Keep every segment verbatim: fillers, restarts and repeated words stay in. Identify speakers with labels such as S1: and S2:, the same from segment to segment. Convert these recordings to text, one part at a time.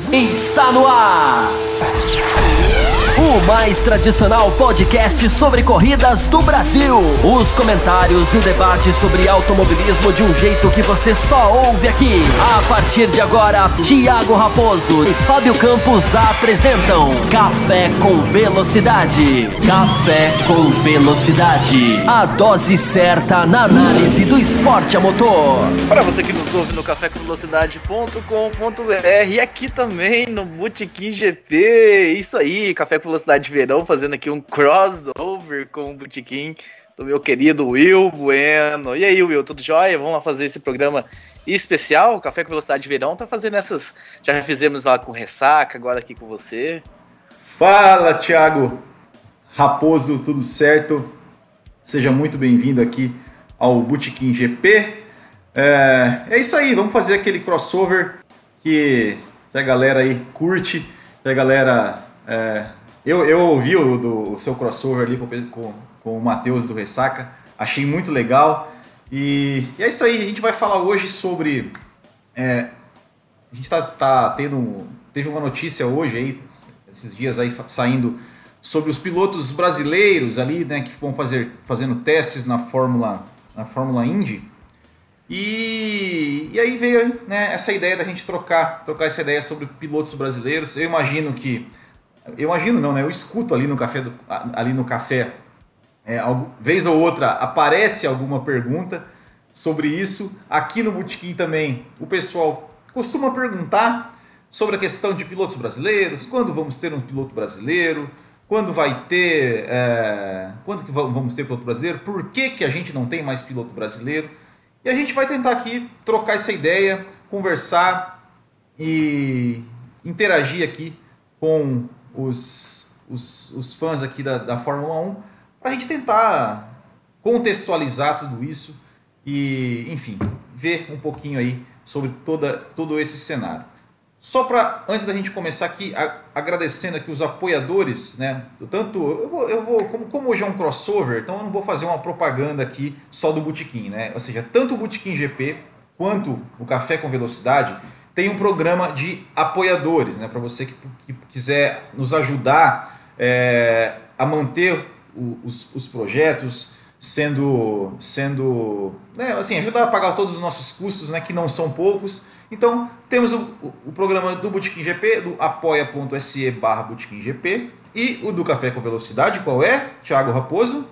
S1: Está no ar! O mais tradicional podcast sobre corridas do Brasil. Os comentários e o debate sobre automobilismo de um jeito que você só ouve aqui. A partir de agora, Thiago Raposo e Fábio Campos apresentam Café com Velocidade. Café com Velocidade. A dose certa na análise do esporte a motor.
S2: Para você que nos ouve no café com velocidade ponto com ponto b r e aqui também no Botequim G P. Isso aí, Café com Velocidade Verão, fazendo aqui um crossover com o Botequim do meu querido Will Bueno. E aí, Will, tudo jóia? Vamos lá fazer esse programa especial, Café com Velocidade Verão. Tá fazendo essas, já fizemos lá com Ressaca, agora aqui com você.
S3: Fala, Thiago Raposo, tudo certo? Seja muito bem-vindo aqui ao Botequim G P. É, é isso aí, vamos fazer aquele crossover que, que a galera aí curte, que a galera... É, eu, eu ouvi o, do, o seu crossover ali com, com, com o Matheus do Ressaca, achei muito legal. E, e é isso aí, a gente vai falar hoje sobre... É, a gente tá, tá tendo... Teve uma notícia hoje aí, esses dias aí saindo sobre os pilotos brasileiros ali, né, que vão fazer fazendo testes na Fórmula, na Fórmula Indy. E, e aí veio, né, essa ideia da gente trocar, trocar essa ideia sobre pilotos brasileiros. Eu imagino que... Eu imagino não, né? Eu escuto ali no café, do, ali no café é, algum, vez ou outra aparece alguma pergunta sobre isso. Aqui no Botequim também o pessoal costuma perguntar sobre a questão de pilotos brasileiros, quando vamos ter um piloto brasileiro, quando vai ter, é, quando que vamos ter piloto brasileiro, por que, que a gente não tem mais piloto brasileiro. E a gente vai tentar aqui trocar essa ideia, conversar e interagir aqui com os, os, os fãs aqui da, da Fórmula um, para a gente tentar contextualizar tudo isso e, enfim, ver um pouquinho aí sobre toda, todo esse cenário. Só para, antes da gente começar aqui, a, agradecendo aqui os apoiadores, né? Tanto, eu vou, eu vou como, como hoje é um crossover, então eu não vou fazer uma propaganda aqui só do Botequim, né? Ou seja, tanto o Botequim G P quanto o Café com Velocidade tem um programa de apoiadores, né? Para você que, que quiser nos ajudar é, a manter o, os, os projetos sendo, sendo né? assim, ajudar a pagar todos os nossos custos, né? Que não são poucos. Então, temos o, o, o programa do Botequim G P, do apoia.se barra Botequim G P, e o do Café com Velocidade, qual é, Thiago Raposo?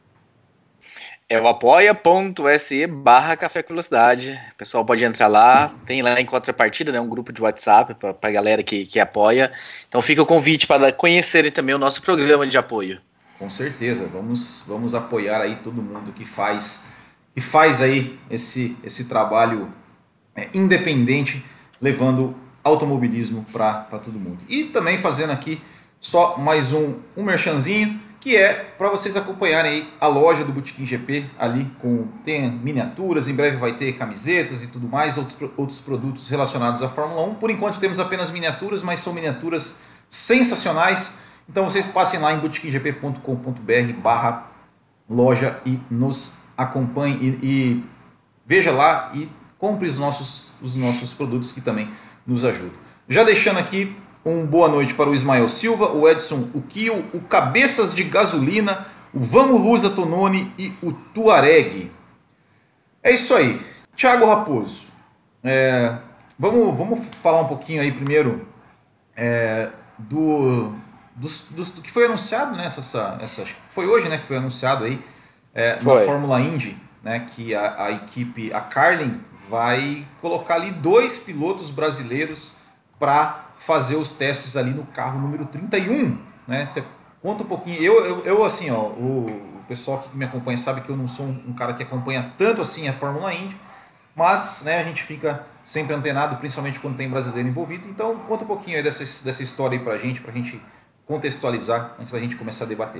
S2: É o apoia.se barra Café com Velocidade. O pessoal pode entrar lá, tem lá em contrapartida, né, um grupo de WhatsApp para a galera que, que apoia. Então fica o convite para conhecerem também o nosso programa de apoio.
S3: Com certeza, vamos, vamos apoiar aí todo mundo que faz, que faz aí esse, esse trabalho é, independente, levando automobilismo para todo mundo. E também fazendo aqui só mais um, um merchanzinho, que é para vocês acompanharem aí a loja do Botequim G P, ali com, tem miniaturas, em breve vai ter camisetas e tudo mais, outros, outros produtos relacionados à Fórmula um. Por enquanto temos apenas miniaturas, mas são miniaturas sensacionais. Então vocês passem lá em botequim g p ponto com ponto b r barra loja e nos acompanhem e, e veja lá e compre os nossos, os nossos produtos que também nos ajudam. Já deixando aqui um boa noite para o Ismael Silva, o Edson Ukio, o Cabeças de Gasolina, o Vamos Lusa Tononi e o Tuareg. É isso aí. Thiago Raposo, é, vamos, vamos falar um pouquinho aí primeiro é, do, do, do, do que foi anunciado, né? Essa, essa, foi hoje, né, que foi anunciado aí é, na Fórmula Indy, né, que a, a equipe, a Carlin, vai colocar ali dois pilotos brasileiros para fazer os testes ali no carro número trinta e um, né? Você conta um pouquinho. Eu, eu, eu assim, ó, o, o pessoal que me acompanha sabe que eu não sou um, um cara que acompanha tanto assim a Fórmula Indy, mas, né, a gente fica sempre antenado, principalmente quando tem brasileiro envolvido. Então, conta um pouquinho aí dessa, dessa história aí pra gente, pra gente contextualizar antes da gente começar a debater.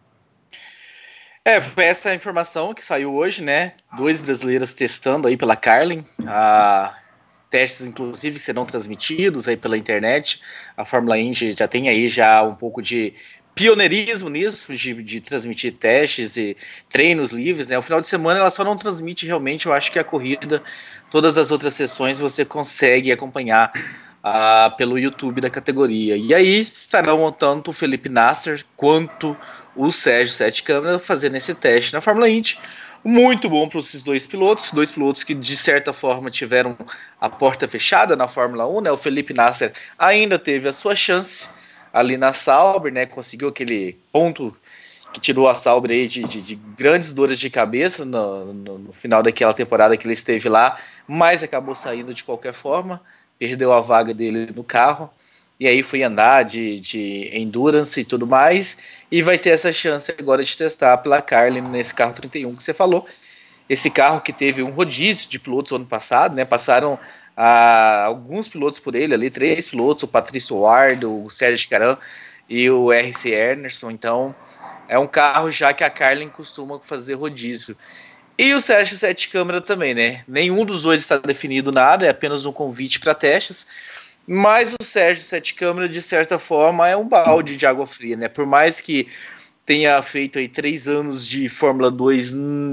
S2: É, foi essa informação que saiu hoje, né? Dois brasileiros testando aí pela Carlin. A testes, inclusive, serão transmitidos aí pela internet. A Fórmula Indy já tem aí já um pouco de pioneirismo nisso, de, de transmitir testes e treinos livres, né? O final de semana ela só não transmite realmente, eu acho que a corrida, todas as outras sessões você consegue acompanhar ah, pelo YouTube da categoria. E aí estarão tanto o Felipe Nasser quanto o Sérgio Sete Câmara fazendo esse teste na Fórmula Indy. Muito bom para esses dois pilotos, dois pilotos que de certa forma tiveram a porta fechada na Fórmula um, né? O Felipe Nasser ainda teve a sua chance ali na Sauber, né? Conseguiu aquele ponto que tirou a Sauber aí de, de, de grandes dores de cabeça no, no, no final daquela temporada que ele esteve lá, mas acabou saindo de qualquer forma, perdeu a vaga dele no carro, e aí foi andar de, de endurance e tudo mais, e vai ter essa chance agora de testar pela Carlin nesse carro trinta e um que você falou, esse carro que teve um rodízio de pilotos ano passado, né, passaram ah, alguns pilotos por ele ali, três pilotos, o Patrício Ward, o Sérgio Caran e o R C Enerson, então é um carro já que a Carlin costuma fazer rodízio. E o Sérgio Sete Câmara também, né? Nenhum dos dois está definido nada, é apenas um convite para testes. Mas o Sérgio Sete Câmara, de certa forma, é um balde de água fria, né? Por mais que tenha feito aí três anos de Fórmula dois,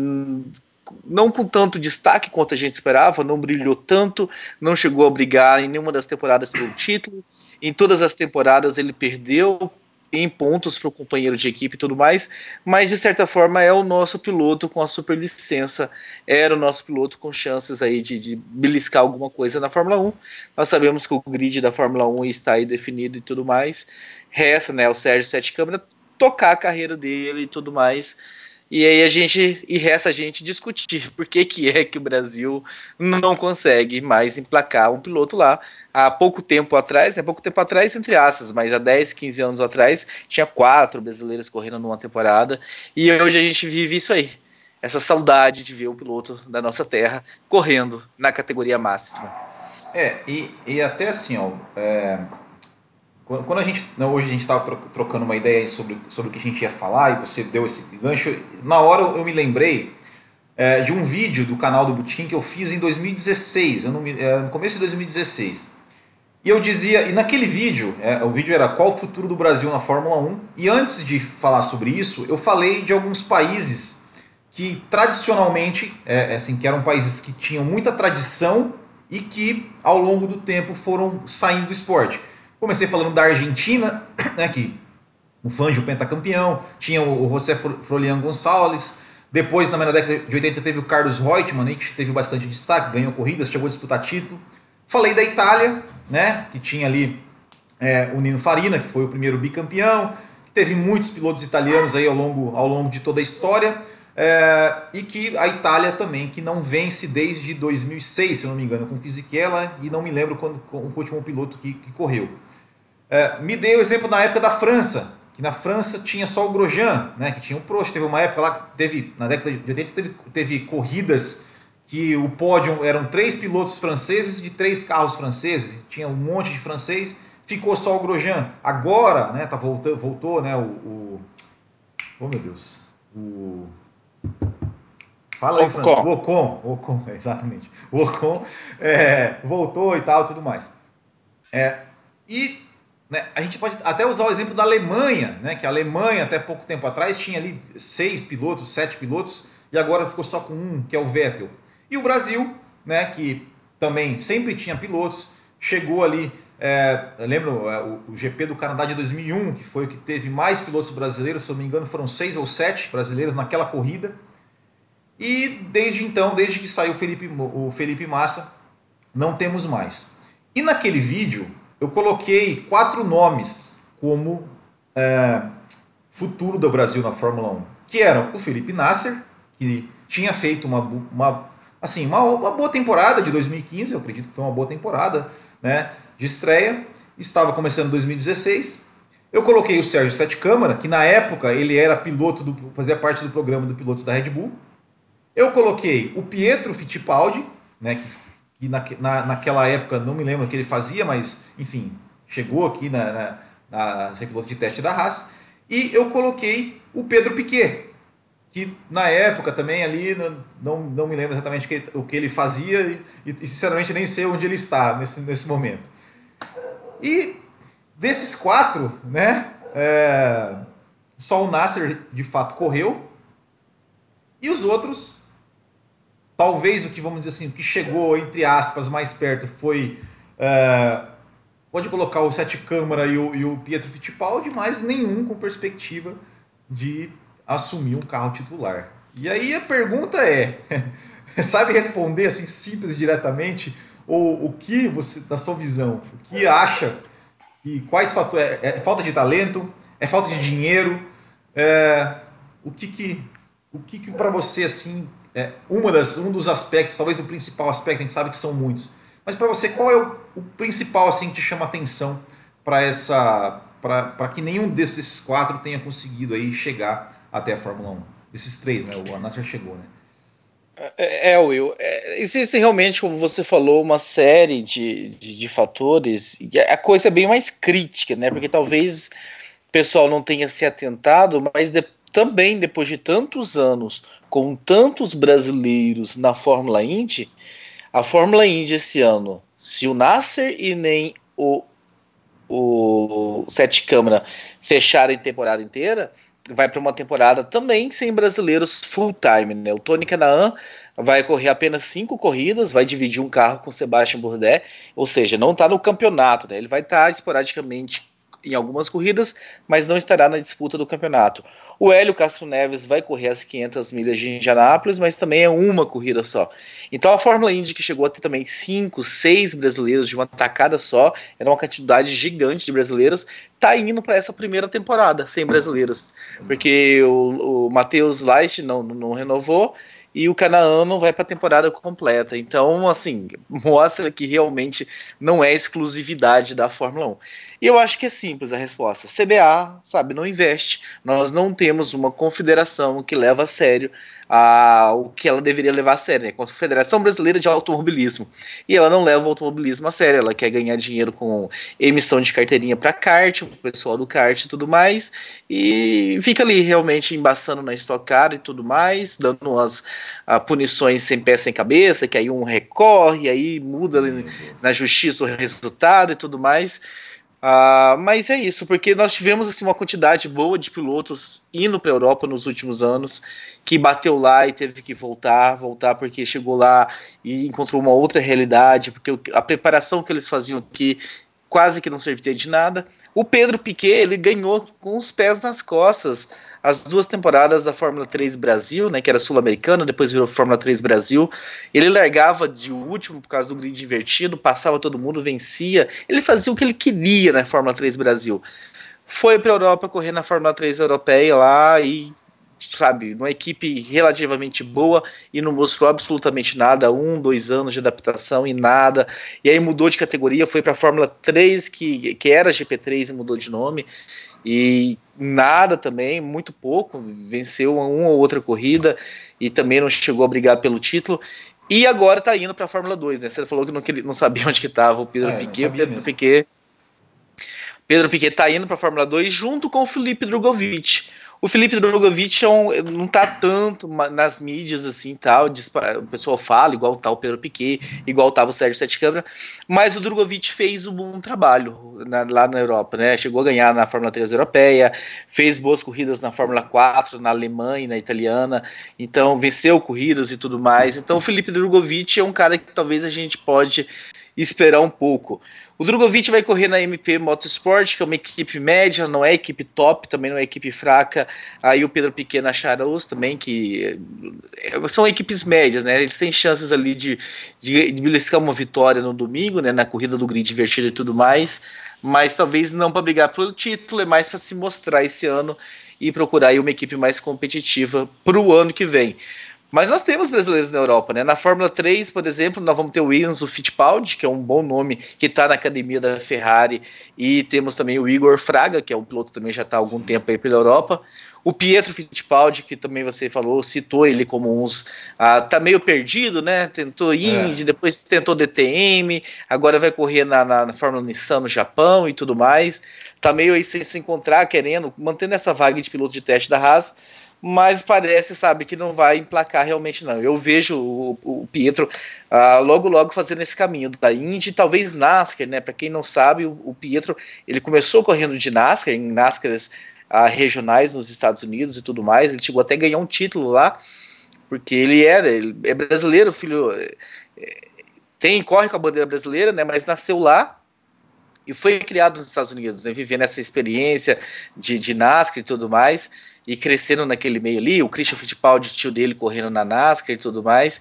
S2: não com tanto destaque quanto a gente esperava, não brilhou tanto, não chegou a brigar em nenhuma das temporadas pelo título. Em todas as temporadas ele perdeu em pontos para o companheiro de equipe e tudo mais, mas de certa forma é o nosso piloto com a superlicença, era o nosso piloto com chances aí de, de beliscar alguma coisa na Fórmula um. Nós sabemos que o grid da Fórmula um está aí definido e tudo mais, resta, né, o Sérgio Sete Câmara tocar a carreira dele e tudo mais. E aí a gente, e resta a gente discutir por que, que é que o Brasil não consegue mais emplacar um piloto lá. Há pouco tempo atrás, né, pouco tempo atrás, entre aspas, mas há dez, quinze anos atrás, tinha quatro brasileiros correndo numa temporada, e hoje a gente vive isso aí, essa saudade de ver o piloto da nossa terra correndo na categoria máxima.
S3: É, e, e até assim, ó, é, quando a gente, hoje a gente estava trocando uma ideia aí sobre, sobre o que a gente ia falar, e você deu esse gancho, na hora eu me lembrei é, de um vídeo do canal do Botequim que eu fiz em dois mil e dezesseis, eu não me, é, no começo de dois mil e dezesseis. E eu dizia, e naquele vídeo, é, o vídeo era qual o futuro do Brasil na Fórmula um, e antes de falar sobre isso, eu falei de alguns países que tradicionalmente, é, assim, que eram países que tinham muita tradição e que ao longo do tempo foram saindo do esporte. Comecei falando da Argentina, né, que o Fangio pentacampeão, tinha o José Frolian Gonçalves, depois na década de oitenta teve o Carlos Reutemann, que teve bastante destaque, ganhou corridas, chegou a disputar título. Falei da Itália, né, que tinha ali é, o Nino Farina, que foi o primeiro bicampeão, que teve muitos pilotos italianos aí ao longo, ao longo de toda a história, é, e que a Itália também, que não vence desde dois mil e seis, se eu não me engano, com Fisichella, e não me lembro quando com o último piloto que, que correu. É, me dei o exemplo na época da França, que na França tinha só o Grosjean, né, que tinha o Prost, teve uma época lá, teve, na década de oitenta teve, teve corridas que o pódio eram três pilotos franceses de três carros franceses, tinha um monte de francês, ficou só o Grosjean. Agora, né, tá voltando, voltou, né, o, o oh meu Deus, o fala aí, Fran, o Ocon, o Ocon, exatamente, o Ocon é, voltou e tal, tudo mais. É, e né, a gente pode até usar o exemplo da Alemanha, né, que a Alemanha até pouco tempo atrás tinha ali seis pilotos, sete pilotos, e agora ficou só com um, que é o Vettel. E o Brasil, né, que também sempre tinha pilotos, chegou ali, é, eu lembro é, o, o G P do Canadá de dois mil e um, que foi o que teve mais pilotos brasileiros, se eu não me engano foram seis ou sete brasileiros naquela corrida. E desde então, desde que saiu o Felipe, o Felipe Massa, não temos mais. E naquele vídeo eu coloquei quatro nomes como é, futuro do Brasil na Fórmula um, que eram o Felipe Nasser, que tinha feito uma, uma, assim, uma, uma boa temporada de dois mil e quinze, eu acredito que foi uma boa temporada, né, de estreia, estava começando em dois mil e dezesseis. Eu coloquei o Sérgio Sete Câmara, que na época ele era piloto, do, fazia parte do programa do pilotos da Red Bull. Eu coloquei o Pietro Fittipaldi, né, que, que na, na, naquela época não me lembro o que ele fazia, mas enfim, chegou aqui na, na, na ser piloto de teste da Haas. E eu coloquei o Pedro Piquet, que na época também ali, não, não me lembro exatamente o que, o que ele fazia e, e sinceramente nem sei onde ele está nesse, nesse momento. E desses quatro, né, é, só o Nasser de fato correu, e os outros, talvez o que vamos dizer assim, o que chegou entre aspas mais perto foi é, pode colocar o Sete Câmara e o, e o Pietro Fittipaldi, mas nenhum com perspectiva de assumir um carro titular. E aí a pergunta é, sabe responder assim simples e diretamente, ou o que você, da sua visão, o que acha, e quais fatores, é, é falta de talento, é falta de dinheiro, é, o que que, o que, que para você assim, é, uma das, um dos aspectos, talvez o principal aspecto, a gente sabe que são muitos, mas para você qual é o, o principal assim que te chama atenção para essa, para que nenhum desses quatro tenha conseguido aí chegar até a Fórmula um? Desses três, né? O Al-Nassr chegou, né?
S2: É, é, Will, é, existe realmente, como você falou, uma série de, de, de fatores, e a coisa é bem mais crítica, né? Porque talvez o pessoal não tenha se atentado, mas de, também depois de tantos anos, com tantos brasileiros na Fórmula Indy, a Fórmula Indy esse ano, se o Nasser e nem o, o Sete Câmara fecharem temporada inteira, vai para uma temporada também sem brasileiros full time, né? O Tony Kanaan vai correr apenas cinco corridas, vai dividir um carro com o Sebastian Bourdais, ou seja, não está no campeonato, né? Ele vai estar tá esporadicamente em algumas corridas, mas não estará na disputa do campeonato. O Hélio Castro Neves vai correr as quinhentas milhas de Indianápolis, mas também é uma corrida só. Então a Fórmula Indy, que chegou a ter também cinco, seis brasileiros de uma tacada só, era uma quantidade gigante de brasileiros, tá indo para essa primeira temporada sem brasileiros, porque o, o Matheus Leist não, não renovou, e o Kanaan não vai para a temporada completa. Então, assim, mostra que realmente não é exclusividade da Fórmula um. E eu acho que é simples a resposta. C B A, sabe, não investe. Nós não temos uma confederação que leva a sério a, o que ela deveria levar a sério, né? A Confederação Brasileira de Automobilismo. E ela não leva o automobilismo a sério. Ela quer ganhar dinheiro com emissão de carteirinha para kart, o pessoal do kart e tudo mais. E fica ali realmente embaçando na Stock Car e tudo mais, dando umas a, punições sem pé sem cabeça, que aí um recorre, aí muda ali na justiça o resultado e tudo mais. Uh, mas é isso, porque nós tivemos assim, uma quantidade boa de pilotos indo para a Europa nos últimos anos, que bateu lá e teve que voltar, voltar porque chegou lá e encontrou uma outra realidade, porque a preparação que eles faziam aqui quase que não servia de nada. O Pedro Piquet, ele ganhou com os pés nas costas as duas temporadas da Fórmula três Brasil, né, que era sul-americana, depois virou Fórmula três Brasil. Ele largava de último por causa do grid invertido, passava todo mundo, vencia. Ele fazia o que ele queria na Fórmula três Brasil. Foi para a Europa correr na Fórmula três europeia lá e, sabe, uma equipe relativamente boa e não mostrou absolutamente nada, um, dois anos de adaptação e nada, e aí mudou de categoria, foi para a Fórmula três, que, que era G P três e mudou de nome, e nada também, muito pouco, venceu uma ou outra corrida e também não chegou a brigar pelo título, e agora tá indo para a Fórmula dois, né? Você falou que não, não sabia onde que estava o Pedro é, Piquet, o Pedro Piquet Pedro Piquet tá indo para a Fórmula dois junto com o Felipe Drogovic. O Felipe Drogovic é um, não tá tanto nas mídias assim, tal, o pessoal fala, igual tá o Pedro Piquet, igual tava o Sérgio Sete Câmara, mas o Drogovic fez um bom trabalho na, lá na Europa, né? Chegou a ganhar na Fórmula três europeia, fez boas corridas na Fórmula quatro, na alemã e na italiana, então venceu corridas e tudo mais. Então o Felipe Drogovic é um cara que talvez a gente pode esperar um pouco. O Drogovic vai correr na M P Motorsport, que é uma equipe média, não é equipe top, também não é equipe fraca. Aí o Pedro Piquet na Charos também, que são equipes médias, né? Eles têm chances ali de, de, de beliscar uma vitória no domingo, né? Na corrida do grid invertido e tudo mais, mas talvez não para brigar pelo título, é mais para se mostrar esse ano e procurar aí uma equipe mais competitiva para o ano que vem. Mas nós temos brasileiros na Europa, né? Na Fórmula três, por exemplo, nós vamos ter o Enzo Fittipaldi, que é um bom nome, que está na academia da Ferrari, e temos também o Igor Fraga, que é um piloto que também já está há algum tempo aí pela Europa. O Pietro Fittipaldi, que também você falou, citou ele como uns... Ah, tá meio perdido, né? Tentou Indy, é. Depois tentou D T M, agora vai correr na, na, na Fórmula Nissan no Japão e tudo mais. Tá meio aí sem se encontrar, querendo, mantendo essa vaga de piloto de teste da Haas, mas parece, sabe, que não vai emplacar realmente não. Eu vejo o, o Pietro uh, logo logo fazendo esse caminho da Indy, talvez NASCAR, né? Para quem não sabe, o, o Pietro, ele começou correndo de NASCAR, em NASCARs uh, regionais nos Estados Unidos e tudo mais, ele chegou até a ganhar um título lá, porque ele é, ele é brasileiro, filho, é, tem, corre com a bandeira brasileira, né? Mas nasceu lá, e foi criado nos Estados Unidos, né, vivendo essa experiência de, de NASCAR e tudo mais, e crescendo naquele meio ali, o Christian Fittipaldi, tio dele, correndo na NASCAR e tudo mais,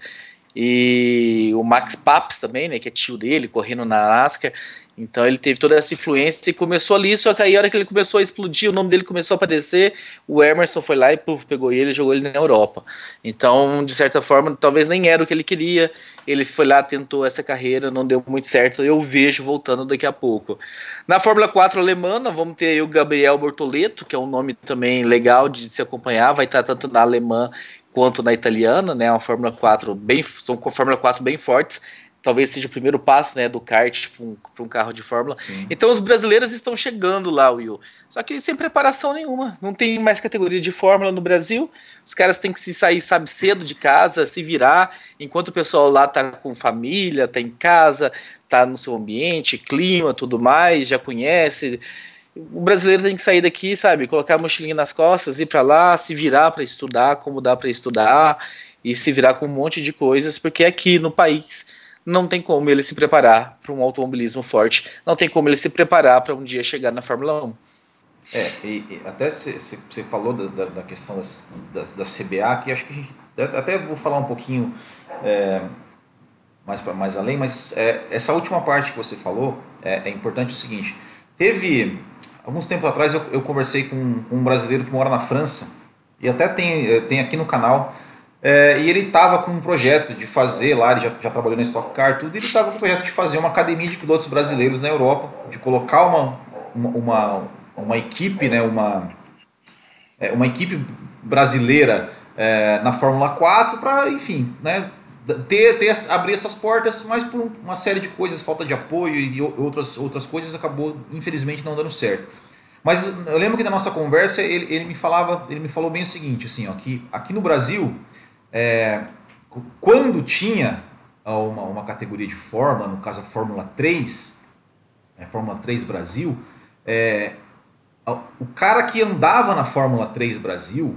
S2: e o Max Papps também, né, que é tio dele, correndo na NASCAR. Então ele teve toda essa influência e começou ali, só que aí a hora que ele começou a explodir, o nome dele começou a aparecer, o Emerson foi lá e puf, pegou ele e jogou ele na Europa. Então, de certa forma, talvez nem era o que ele queria, ele foi lá, tentou essa carreira, não deu muito certo, eu vejo voltando daqui a pouco. Na Fórmula quatro alemã, vamos ter aí o Gabriel Bortoleto, que é um nome também legal de se acompanhar, vai estar tanto na alemã quanto na italiana, né, uma Fórmula quatro bem, são Fórmula quatro bem fortes, talvez seja o primeiro passo, né, do kart para um, um carro de Fórmula. Sim. Então os brasileiros estão chegando lá, Will. Só que sem preparação nenhuma. Não tem mais categoria de Fórmula no Brasil. Os caras têm que se sair, sabe, cedo de casa, se virar, enquanto o pessoal lá tá com família, tá em casa, tá no seu ambiente, clima, tudo mais, já conhece. O brasileiro tem que sair daqui, sabe, colocar a mochilinha nas costas, ir para lá, se virar para estudar, como dá para estudar, e se virar com um monte de coisas, porque aqui no país não tem como ele se preparar para um automobilismo forte, não tem como ele se preparar para um dia chegar na Fórmula um.
S3: É, e, e até você falou da, da, da questão das, da, da C B A, que acho que a gente, até vou falar um pouquinho é, mais, pra, mais além, mas é, essa última parte que você falou é, é importante o seguinte, teve, alguns tempos atrás eu, eu conversei com, com um brasileiro que mora na França, e até tem, tem aqui no canal. É, e ele estava com um projeto de fazer lá, ele já, já trabalhou na Stock Car, tudo, e ele estava com um projeto de fazer uma academia de pilotos brasileiros na Europa, de colocar uma, uma, uma, uma equipe, né, uma, é, uma equipe brasileira é, na Fórmula quatro para, enfim, né, ter, ter, abrir essas portas, mas por uma série de coisas, falta de apoio e outras, outras coisas, acabou, infelizmente, não dando certo. Mas eu lembro que na nossa conversa ele, ele, me, falava, ele me falou bem o seguinte, assim, ó, que aqui no Brasil, É, quando tinha uma, uma categoria de Fórmula, no caso a Fórmula três, é, Fórmula três Brasil, é, o cara que andava na Fórmula três Brasil,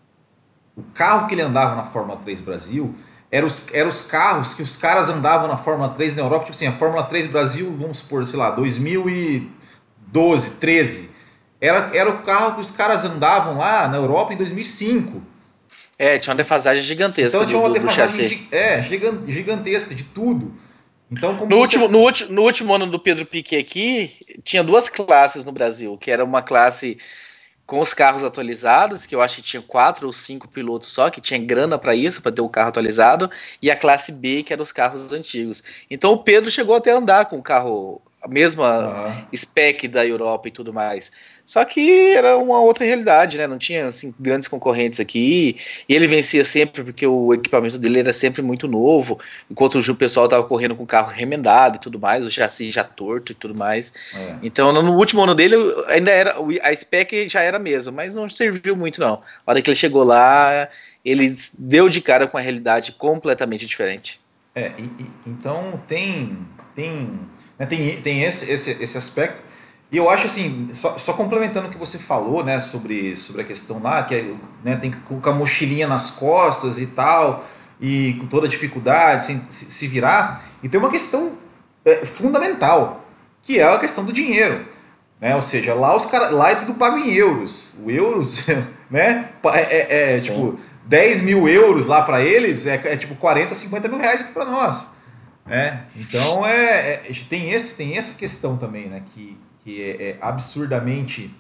S3: o carro que ele andava na Fórmula três Brasil, eram os, era os carros que os caras andavam na Fórmula três na Europa, tipo assim, a Fórmula três Brasil, vamos supor, sei lá, dois mil e doze, treze, era, era o carro que os caras andavam lá na Europa em dois mil e cinco.
S2: É, tinha uma defasagem gigantesca.
S3: Então tinha uma
S2: do,
S3: defasagem
S2: do
S3: de, é, gigantesca de tudo. Então, como
S2: no,
S3: você...
S2: último, no, último, no último ano do Pedro Piquet aqui, tinha duas classes no Brasil, que era uma classe com os carros atualizados, que eu acho que tinha quatro ou cinco pilotos só, que tinha grana para isso, para ter o carro atualizado, e a classe B, que eram os carros antigos. Então o Pedro chegou até a andar com o carro, a mesma uhum. spec da Europa e tudo mais. Só que era uma outra realidade, né? Não tinha assim, grandes concorrentes aqui, e ele vencia sempre porque o equipamento dele era sempre muito novo, enquanto o pessoal estava correndo com o carro remendado e tudo mais, o chassi já torto e tudo mais. É. Então no último ano dele ainda era, a spec já era a mesma, mas não serviu muito não. A hora que ele chegou lá, ele deu de cara com a realidade completamente diferente.
S3: É, e, e, então tem tem, né, tem, tem esse, esse, esse aspecto. E eu acho assim, só, só complementando o que você falou, né, sobre, sobre a questão lá, que é, né, tem que colocar a mochilinha nas costas e tal, e com toda a dificuldade, sem se, se virar. E tem uma questão é, fundamental, que é a questão do dinheiro. Né? Ou seja, lá, os cara, lá é tudo pago em euros. O euros, né, é, é, é tipo, dez mil euros lá para eles, é, é tipo quarenta, cinquenta mil reais aqui para nós. Né? Então, é, é, tem, esse, tem essa questão também, né, que... que é, é absurdamente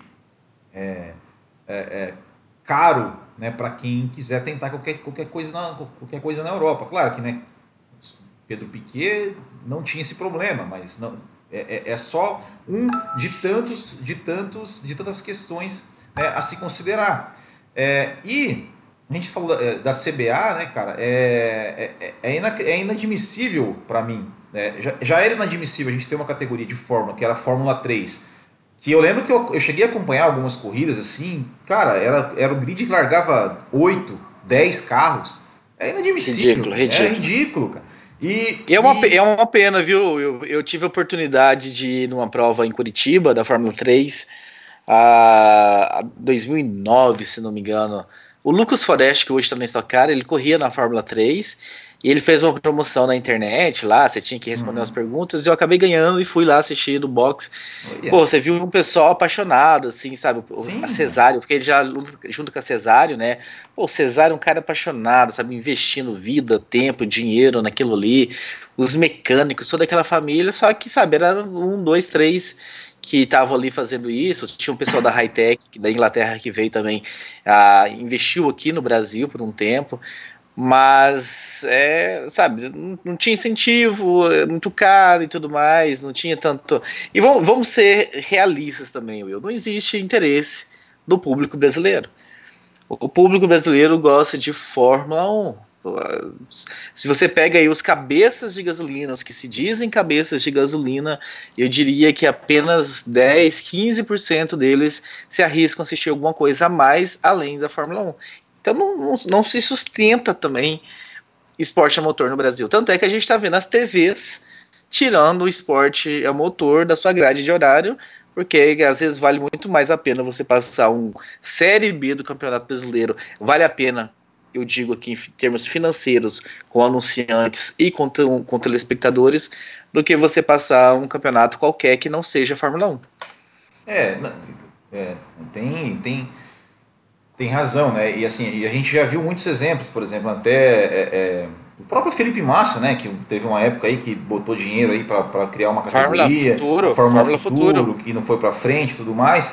S3: é, é, é caro, né, para quem quiser tentar qualquer, qualquer, coisa na, qualquer coisa na Europa. Claro que, né, Pedro Piquet não tinha esse problema, mas não, é, é só um de tantos, de tantos, de tantas questões, né, a se considerar. É, e a gente falou da, da C B A, né, cara, é, é, é, ina, é inadmissível para mim. É, já, já era inadmissível a gente ter uma categoria de Fórmula, que era a Fórmula três, que eu lembro que eu, eu cheguei a acompanhar algumas corridas assim, cara, era, era o grid que largava oito, dez carros, é inadmissível, ridículo, ridículo. É ridículo, cara. E,
S2: e, é, uma, e é uma pena, viu, eu, eu tive a oportunidade de ir numa prova em Curitiba, da Fórmula três, a, a dois mil e nove, se não me engano. O Lucas Forest, que hoje está na Stock Car, ele corria na Fórmula três, E ele fez uma promoção na internet lá, você tinha que responder
S3: Uhum.
S2: umas perguntas, e eu acabei ganhando e fui lá assistir do boxe.
S3: Olha.
S2: Pô, você viu um pessoal apaixonado, assim, sabe?
S3: Sim,
S2: A Cesário, eu fiquei já junto com a Cesário, né? Pô, o Cesário é um cara apaixonado, sabe? Investindo vida, tempo, dinheiro naquilo ali. Os mecânicos, toda aquela família, só que, sabe, era um, dois, três que estavam ali fazendo isso. Tinha um pessoal da Hightech, da Inglaterra, que veio também, ah, investiu aqui no Brasil por um tempo. Mas, é, sabe, não, não tinha incentivo, é muito caro e tudo mais, não tinha tanto. E vamos, vamos ser realistas também, Will. Não existe interesse do público brasileiro. O público brasileiro gosta de Fórmula um. Se você pega aí os cabeças de gasolina, os que se dizem cabeças de gasolina, eu diria que apenas dez, quinze por cento deles se arriscam a assistir alguma coisa a mais além da Fórmula um. Então não, não, não se sustenta também esporte a motor no Brasil. Tanto é que a gente está vendo as T Vs tirando o esporte a motor da sua grade de horário, porque às vezes vale muito mais a pena você passar um Série B do Campeonato Brasileiro. Vale a pena, eu digo aqui em termos financeiros, com anunciantes e com, com telespectadores, do que você passar um campeonato qualquer que não seja Fórmula um.
S3: É, é tem, tem, tem razão, né? E assim, a gente já viu muitos exemplos, por exemplo, até é, é, o próprio Felipe Massa, né? Que teve uma época aí que botou dinheiro aí para criar uma categoria,
S2: Fórmula Futuro,
S3: a Fórmula,
S2: Fórmula
S3: Futuro,
S2: Futuro,
S3: que não foi para frente e tudo mais.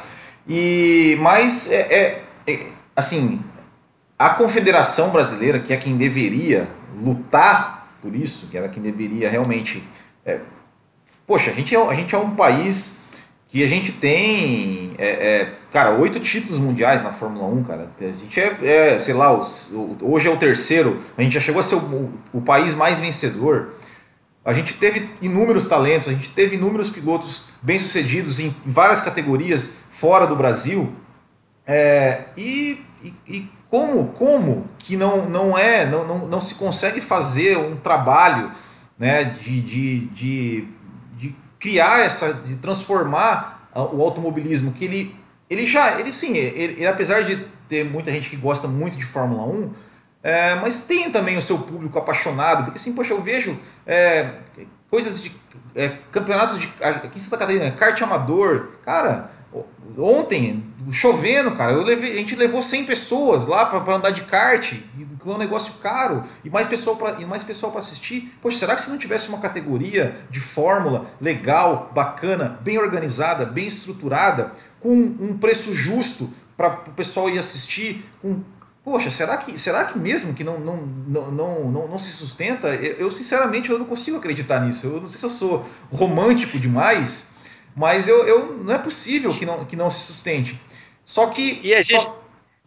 S3: E, mas, é, é, é, assim, a Confederação Brasileira, que é quem deveria lutar por isso, que era quem deveria realmente... É, poxa, a gente, é, a gente é um país que a gente tem, é, é, cara, oito títulos mundiais na Fórmula um, cara. A gente é, é sei lá, os, o, hoje é o terceiro, a gente já chegou a ser o, o país mais vencedor. A gente teve inúmeros talentos, a gente teve inúmeros pilotos bem-sucedidos em várias categorias fora do Brasil. É, e, e, e como, como que não, não, é, não, não, não se consegue fazer um trabalho, né, de, de, de, de criar essa, de transformar o automobilismo, que ele, ele já, ele sim, ele, ele, apesar de ter muita gente que gosta muito de Fórmula um, é, mas tem também o seu público apaixonado, porque assim, poxa, eu vejo é, coisas de é, campeonatos de, aqui em Santa Catarina, kart amador, cara, ontem, chovendo, cara, eu levei, a gente levou cem pessoas lá para andar de kart, que é um negócio caro, e mais pessoal para e mais pessoal para assistir. Poxa, será que se não tivesse uma categoria de fórmula legal, bacana, bem organizada, bem estruturada, com um preço justo para o pessoal ir assistir, com poxa, será que, será que mesmo que não, não, não, não, não, não se sustenta? Eu, eu, sinceramente, eu não consigo acreditar nisso. Eu não sei se eu sou romântico demais, mas eu, eu, não é possível que não, que não se sustente. Só que...
S2: E a gente...
S3: Só...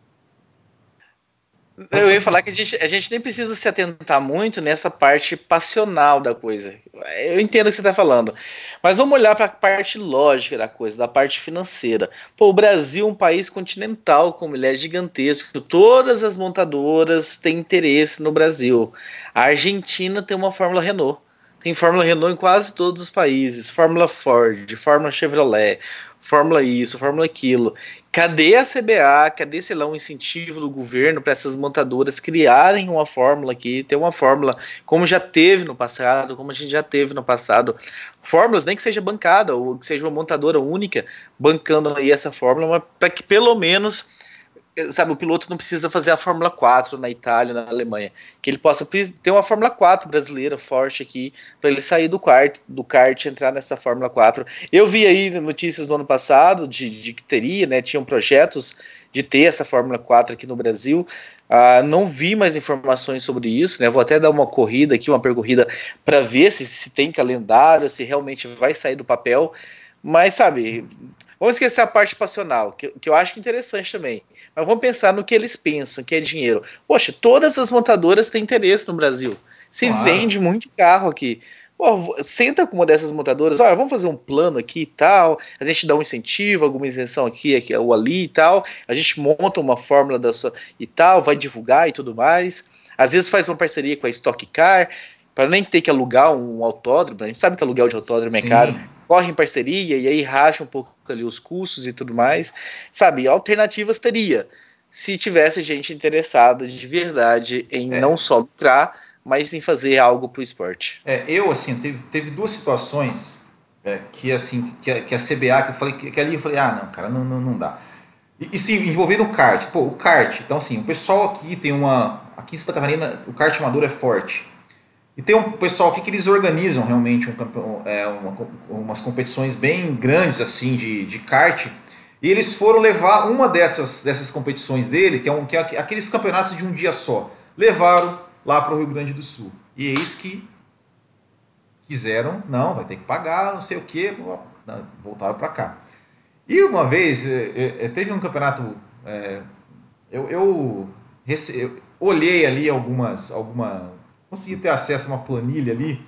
S2: Eu ia falar que a gente, a gente nem precisa se atentar muito nessa parte passional da coisa. Eu entendo o que você está falando. Mas vamos olhar para a parte lógica da coisa, da parte financeira. Pô, o Brasil é um país continental, como ele é gigantesco. Todas as montadoras têm interesse no Brasil. A Argentina tem uma Fórmula Renault. Tem Fórmula Renault em quase todos os países. Fórmula Ford, Fórmula Chevrolet, Fórmula isso, Fórmula aquilo. Cadê a C B A? Cadê, sei lá, um incentivo do governo para essas montadoras criarem uma fórmula aqui, ter uma fórmula como já teve no passado, como a gente já teve no passado. Fórmulas, nem que seja bancada, ou que seja uma montadora única, bancando aí essa fórmula, para que pelo menos, sabe, o piloto não precisa fazer a Fórmula quatro na Itália, na Alemanha, que ele possa ter uma Fórmula quatro brasileira forte aqui, para ele sair do kart, do kart e entrar nessa Fórmula quatro. Eu vi aí notícias no ano passado de, de que teria, né, tinham projetos de ter essa Fórmula quatro aqui no Brasil. Uh, não vi mais informações sobre isso, né? Vou até dar uma corrida aqui, uma percorrida, para ver se, se tem calendário, se realmente vai sair do papel. Mas, sabe, vamos esquecer a parte passional, que, que eu acho interessante também. Mas vamos pensar no que eles pensam, que é dinheiro. Poxa, todas as montadoras têm interesse no Brasil. Se
S3: Claro.
S2: vende muito carro aqui. Pô, senta com uma dessas montadoras, olha, vamos fazer um plano aqui e tal, a gente dá um incentivo, alguma isenção aqui, aqui ou ali e tal, a gente monta uma fórmula da sua, e tal, vai divulgar e tudo mais. Às vezes faz uma parceria com a Stock Car, para nem ter que alugar um autódromo, a gente sabe que aluguel de autódromo é
S3: Sim.
S2: caro, corre em parceria e aí racha um pouco ali os custos e tudo mais, sabe, alternativas teria, se tivesse gente interessada de verdade em
S3: É.
S2: não só lucrar, mas em fazer algo pro esporte.
S3: É, eu, assim, teve, teve duas situações é, que, assim, que a, que a C B A, que eu falei, que, que ali eu falei, ah, não, cara, não, não, não dá. E, e sim, envolvendo o kart. Pô, o kart, então assim, o pessoal aqui tem uma... Aqui em Santa Catarina, o kart amador é forte. E tem um pessoal aqui que eles organizam realmente um, é, uma, umas competições bem grandes, assim, de, de kart. E eles foram levar uma dessas, dessas competições dele, que é, um, que é aqueles campeonatos de um dia só. Levaram lá para o Rio Grande do Sul. E eis que quiseram, não, vai ter que pagar, não sei o quê, voltaram para cá. E uma vez, teve um campeonato, é, eu, eu, rece, eu olhei ali algumas, alguma, consegui ter acesso a uma planilha ali,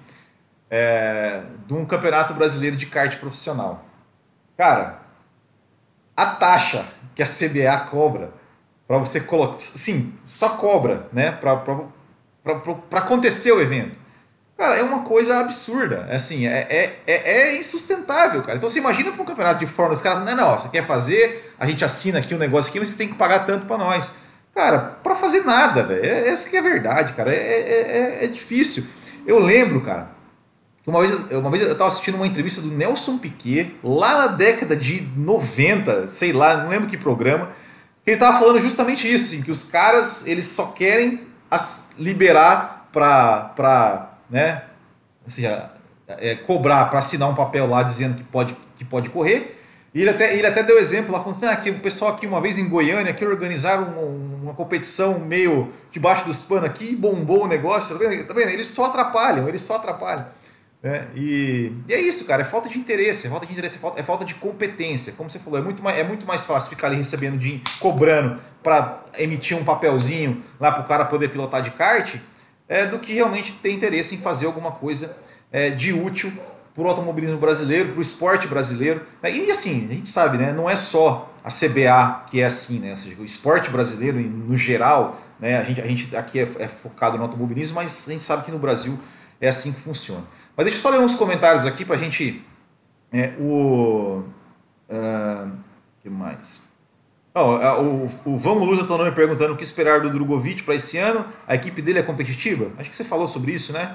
S3: é, de um campeonato brasileiro de kart profissional. Cara, a taxa que a C B A cobra para você colocar, sim, só cobra, né, para acontecer o evento. Cara, é uma coisa absurda, assim, é, é, é, é insustentável, cara. Então você imagina para um campeonato de Fórmula, os caras, não, não, você quer fazer, a gente assina aqui um negócio aqui, mas você tem que pagar tanto para nós. Cara, para fazer nada, velho, é, essa que é a verdade, cara, é, é, é, é difícil. Eu lembro, cara, que uma vez, uma vez eu estava assistindo uma entrevista do Nelson Piquet, lá na década de noventa, sei lá, não lembro que programa, que ele estava falando justamente isso, assim, que os caras, eles só querem as, liberar para... né, assim, é, cobrar para assinar um papel lá dizendo que pode, que pode correr. E ele até, ele até deu exemplo lá, falando assim, ah, que o pessoal aqui uma vez em Goiânia que organizaram uma, uma competição meio debaixo dos panos aqui, bombou o negócio, tá vendo? Tá vendo? Eles só atrapalham, eles só atrapalham. Né? E, e é isso, cara, é falta de interesse, é falta de interesse, é falta, é falta de competência. Como você falou, é muito mais, é muito mais fácil ficar ali recebendo dinheiro, cobrando para emitir um papelzinho lá para o cara poder pilotar de kart, É, do que realmente ter interesse em fazer alguma coisa é, de útil para o automobilismo brasileiro, para o esporte brasileiro. Né? E assim, a gente sabe, né, não é só a C B A que é assim, né? Ou seja, o esporte brasileiro no geral, né, a, gente, a gente aqui é, é focado no automobilismo, mas a gente sabe que no Brasil é assim que funciona. Mas deixa eu só ler uns comentários aqui para a gente... É, o uh, que mais... Oh, o, o Vamos Luz Autonomia me perguntando o que esperar do Drogovic para esse ano. A equipe dele é competitiva? Acho que você falou sobre isso, né?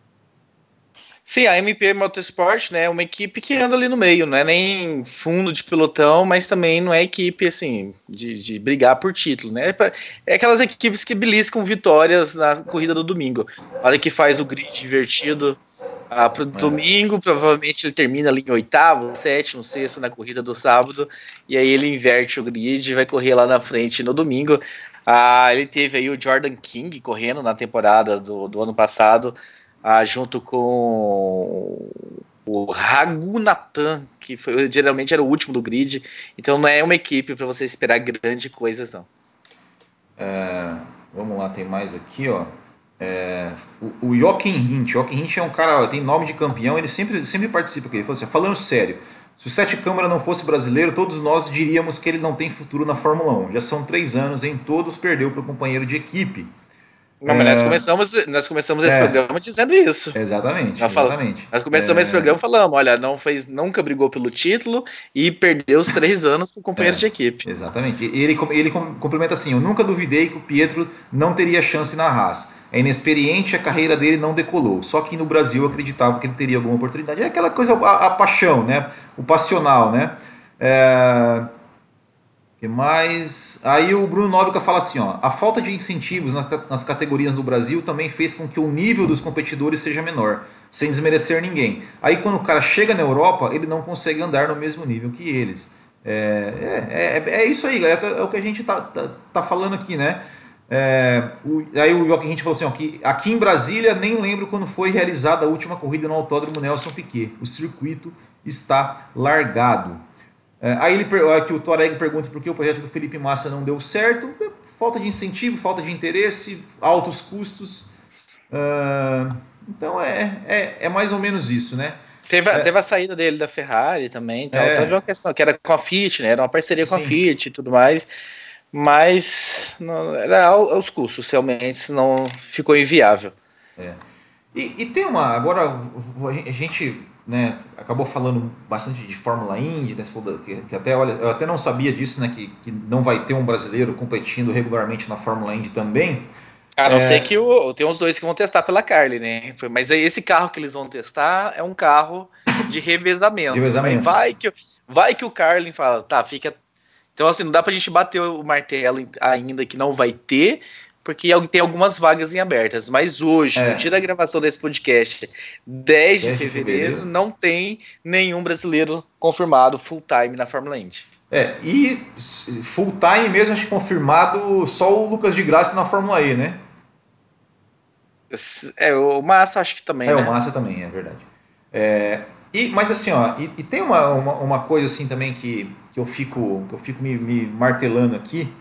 S2: Sim, a M P Motorsport, né, é uma equipe que anda ali no meio, não é nem fundo de pelotão, mas também não é equipe, assim, de, de brigar por título, né? É aquelas equipes que beliscam vitórias na corrida do domingo. A hora que faz o grid invertido ah, para o é. domingo, provavelmente ele termina ali em oitavo, sétimo, sexto na corrida do sábado, e aí ele inverte o grid e vai correr lá na frente no domingo. Ah, ele teve aí o Jordan King correndo na temporada do, do ano passado, ah, junto com o Raghunathan, que foi, geralmente era o último do grid, então não é uma equipe para você esperar grandes coisas, não.
S3: É, vamos lá, tem mais aqui, ó. É, o, o Jochen Hint, Jochen Hint é um cara, tem nome de campeão, ele sempre, sempre participa aqui. Ele falou assim, falando sério, se o Sete Câmara não fosse brasileiro, todos nós diríamos que ele não tem futuro na Fórmula um. Já são três anos, em todos perdeu para o companheiro de equipe.
S2: Não, mas é, nós começamos, nós começamos esse é, programa dizendo isso.
S3: Exatamente,
S2: nós
S3: exatamente.
S2: Nós começamos é, esse programa falando, olha, não fez, nunca brigou pelo título e perdeu os três anos com o companheiro é, de equipe.
S3: Exatamente. Ele, ele complementa assim, eu nunca duvidei que o Pietro não teria chance na Haas. É inexperiente, a carreira dele não decolou. Só que no Brasil eu acreditava que ele teria alguma oportunidade. É aquela coisa, a, a paixão, né? O passional, né? É... que mais? Aí o Bruno Nóbrega fala assim, ó, a falta de incentivos nas categorias do Brasil também fez com que o nível dos competidores seja menor, sem desmerecer ninguém. Aí quando o cara chega na Europa, ele não consegue andar no mesmo nível que eles. É, é, é, é isso aí, é, é o que a gente tá, tá, tá falando aqui, né? É, o, aí o Joaquim falou assim, ó, que aqui em Brasília nem lembro quando foi realizada a última corrida no Autódromo Nelson Piquet. O circuito está largado. É, aí ele, aqui o Tuareg pergunta por que o projeto do Felipe Massa não deu certo. Falta de incentivo, falta de interesse, altos custos. Uh, então é, é, é mais ou menos isso, né?
S2: Teve,
S3: é,
S2: teve a saída dele da Ferrari também, então é, teve uma questão que era com a Fiat, né? Era uma parceria com sim. a Fiat e tudo mais. Mas não, era aos custos, realmente não ficou inviável.
S3: É. E, e tem uma, agora a gente, né, acabou falando bastante de Fórmula Indy, né, que, que até, olha, eu até não sabia disso, né, que, que não vai ter um brasileiro competindo regularmente na Fórmula Indy também.
S2: A não é... ser que o, tem uns dois que vão testar pela Carly, né? Mas esse carro que eles vão testar é um carro de revezamento.
S3: De revezamento.
S2: Vai que, vai que o Carlin fala, tá, fica... Então, assim, não dá pra gente bater o martelo ainda que não vai ter, porque tem algumas vagas em abertas. Mas hoje, é. no dia da gravação desse podcast, dez de fevereiro, não tem nenhum brasileiro confirmado full-time na Fórmula Indy.
S3: É, e full-time mesmo, acho que confirmado só o Lucas de Graça na Fórmula E, né?
S2: É, o Massa acho que também,
S3: É,
S2: né?
S3: o Massa também, é verdade. É, e, mas assim, ó, e, e tem uma, uma, uma coisa assim também que, que eu fico, que eu fico me, me martelando aqui,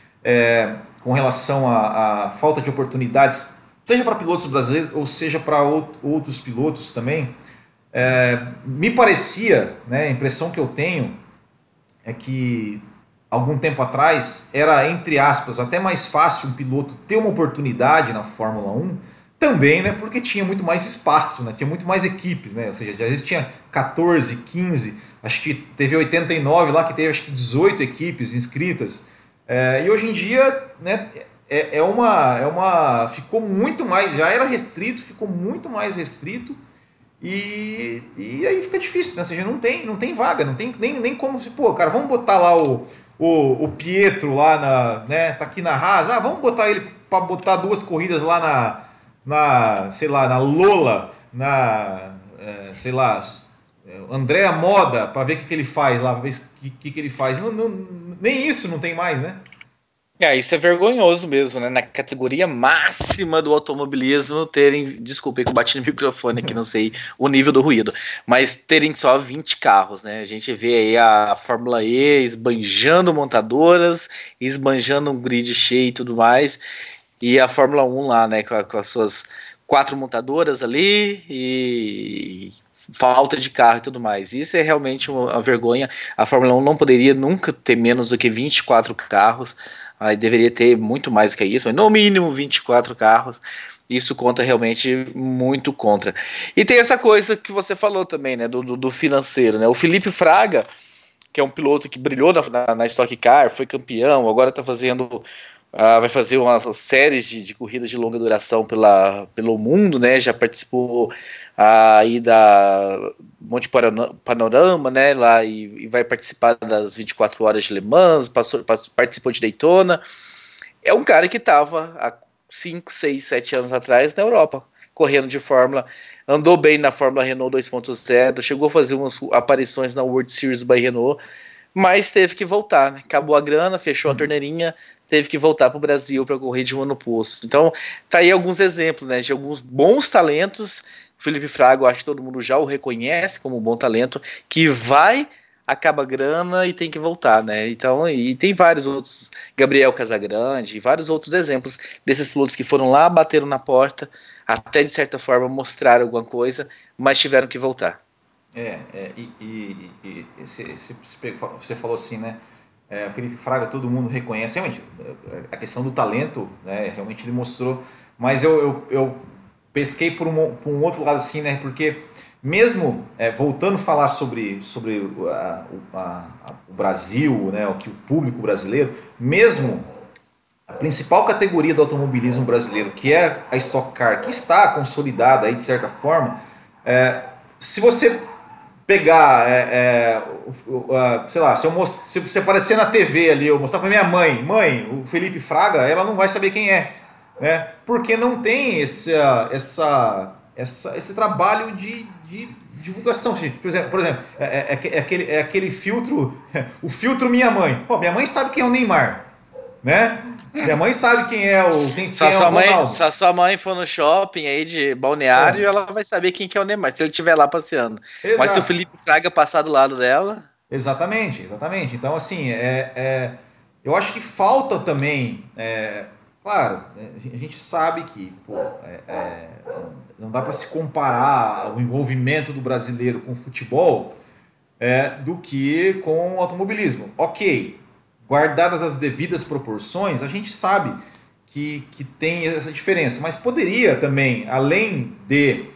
S3: é, com relação à falta de oportunidades, seja para pilotos brasileiros ou seja para outros pilotos também. É, me parecia, né, a impressão que eu tenho é que algum tempo atrás era, entre aspas, até mais fácil um piloto ter uma oportunidade na Fórmula um, também, né, porque tinha muito mais espaço, né, tinha muito mais equipes, né, ou seja, às vezes tinha catorze, quinze, acho que teve oitenta e nove lá, que teve acho que dezoito equipes inscritas, é, e hoje em dia, né, é, é, uma, é uma, ficou muito mais, já era restrito, ficou muito mais restrito, e, e aí fica difícil, né, ou seja, não tem, não tem vaga, não tem nem, nem como se, pô, cara, vamos botar lá o, o, o Pietro lá, na, né, tá aqui na Haas, ah, vamos botar ele para botar duas corridas lá na na, sei lá, na Lola, na, é, sei lá, Andréa Moda, para ver o que, que ele faz lá, para ver o que, que, que ele faz. Não, não, nem isso não tem mais, né?
S2: É, isso é vergonhoso mesmo, né? Na categoria máxima do automobilismo terem, desculpa que eu bati no microfone aqui, não sei o nível do ruído, mas terem só vinte carros, né? A gente vê aí a Fórmula E esbanjando montadoras, esbanjando um grid cheio e tudo mais, e a Fórmula um lá, né, com, a, com as suas quatro montadoras ali e falta de carro e tudo mais. Isso é realmente uma, uma vergonha. A Fórmula um não poderia nunca ter menos do que vinte e quatro carros. Aí deveria ter muito mais do que isso, mas no mínimo vinte e quatro carros. Isso conta realmente muito contra. E tem essa coisa que você falou também, né, do, do, do financeiro, né? O Felipe Fraga, que é um piloto que brilhou na, na, na Stock Car, foi campeão, agora está fazendo... Uh, vai fazer umas séries de, de corridas de longa duração pela, pelo mundo, né? Já participou uh, aí da Monte Panorama, né? Lá e, e vai participar das vinte e quatro horas de Le Mans, passou, passou, participou de Daytona. É um cara que estava há cinco, seis, sete anos atrás na Europa, correndo de Fórmula, andou bem na Fórmula Renault dois ponto zero, chegou a fazer umas aparições na World Series by Renault, mas teve que voltar, né? Acabou a grana, fechou a torneirinha, teve que voltar para o Brasil para correr de monoposto. Então, tá aí alguns exemplos, né, de alguns bons talentos. O Felipe Fraga, eu acho que todo mundo já o reconhece como um bom talento, que vai, acaba a grana e tem que voltar, né? Então, e tem vários outros, Gabriel Casagrande, vários outros exemplos desses pilotos que foram lá, bateram na porta, até de certa forma mostraram alguma coisa, mas tiveram que voltar.
S3: É, é e, e, e esse, esse, você falou assim, né? É, o Felipe Fraga, todo mundo reconhece. Realmente, a questão do talento, né? Realmente ele mostrou. Mas eu, eu, eu pesquei por um, por um outro lado, assim, né? Porque mesmo é, voltando a falar sobre, sobre a, a, a, o Brasil, né? O que o público brasileiro, mesmo a principal categoria do automobilismo brasileiro, que é a Stock Car, que está consolidada aí de certa forma, é, se você pegar, é, é, uh, sei lá, se, eu most... se você aparecer na T V ali, eu mostrar para minha mãe, mãe, o Felipe Fraga, ela não vai saber quem é, né? Porque não tem esse, essa, essa, esse trabalho de, de divulgação. Por exemplo, por exemplo é, é, é, aquele, é aquele filtro, o filtro minha mãe. Pô, minha mãe sabe quem é o Neymar, né? Minha mãe sabe quem é o quem,
S2: se, a
S3: quem
S2: sua
S3: é o
S2: mãe, se a sua mãe for no shopping aí de Balneário, é. ela vai saber quem que é o Neymar, se ele estiver lá passeando. Exato. Mas se o Felipe Fraga passar do lado dela...
S3: Exatamente, exatamente. Então, assim, é, é, eu acho que falta também... É, claro, a gente sabe que pô, é, é, não dá para se comparar o envolvimento do brasileiro com o futebol é, do que com o automobilismo. Ok, guardadas as devidas proporções, a gente sabe que, que tem essa diferença, mas poderia também, além de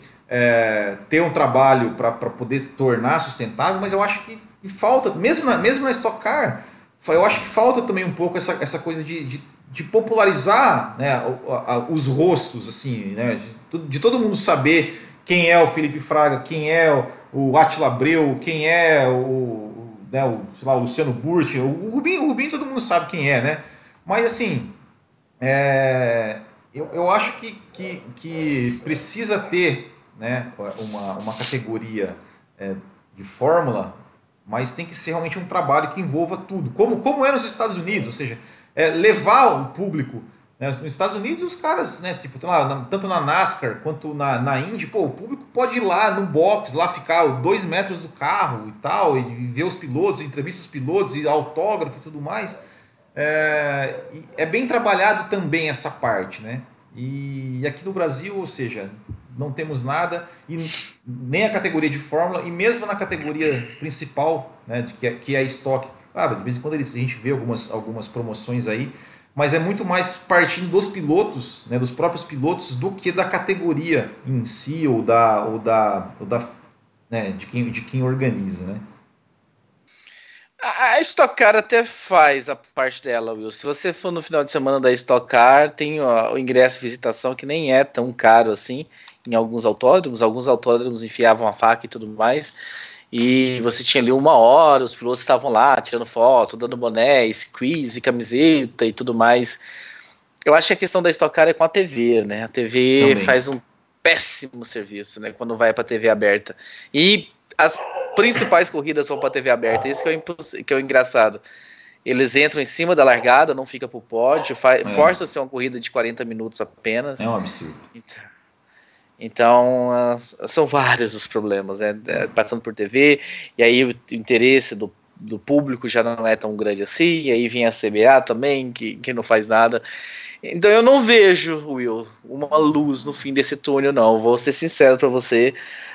S3: é, ter um trabalho para poder tornar sustentável, mas eu acho que, que falta, mesmo na, mesmo na Stock Car, eu acho que falta também um pouco essa, essa coisa de, de de popularizar, né, os rostos, assim, né, de, de todo mundo saber quem é o Felipe Fraga, quem é o Átila Abreu, quem é o, né, o, sei lá, o Luciano Burti, o Rubinho, o Rubinho todo mundo sabe quem é, né? Mas assim, é, eu, eu acho que, que, que precisa ter, né, uma, uma categoria é, de fórmula, mas tem que ser realmente um trabalho que envolva tudo, como, como é nos Estados Unidos, ou seja, é, levar o público. Nos Estados Unidos, os caras, né, tipo, lá, tanto na NASCAR quanto na, na Indy, pô, o público pode ir lá no box, lá ficar dois metros do carro e tal, e ver os pilotos, entrevistas os pilotos, e autógrafo e tudo mais. É, é bem trabalhado também essa parte, né? E aqui no Brasil, ou seja, não temos nada, e nem a categoria de Fórmula, e mesmo na categoria principal, né, que é, que é a Stock. Claro, de vez em quando a gente vê algumas, algumas promoções aí, mas é muito mais partindo dos pilotos, né, dos próprios pilotos, do que da categoria em si, ou da, ou da, ou da né, de, quem, de quem organiza, né?
S2: A Stock Car até faz a parte dela, Will. Se você for no final de semana da Stock Car, tem ó, o ingresso de visitação que nem é tão caro assim em alguns autódromos. Alguns autódromos enfiavam a faca e tudo mais. E você tinha ali uma hora, os pilotos estavam lá tirando foto, dando boné, squeeze, camiseta e tudo mais. Eu acho que a questão da Stock Car é com a T V, né? A T V
S3: Também.
S2: faz um péssimo serviço, né? Quando vai para a T V aberta. E as principais corridas são para T V aberta. Isso que é, imposs... que é o engraçado. Eles entram em cima da largada, não fica pro pódio, faz...
S3: É.
S2: força a ser uma corrida de quarenta minutos apenas.
S3: É um absurdo.
S2: Então, são vários os problemas, né? Passando por T V, e aí o interesse do, do público já não é tão grande assim, e aí vem a C B A também, que, que não faz nada. Então eu não vejo, Will, uma luz no fim desse túnel, não. Vou ser sincero para você.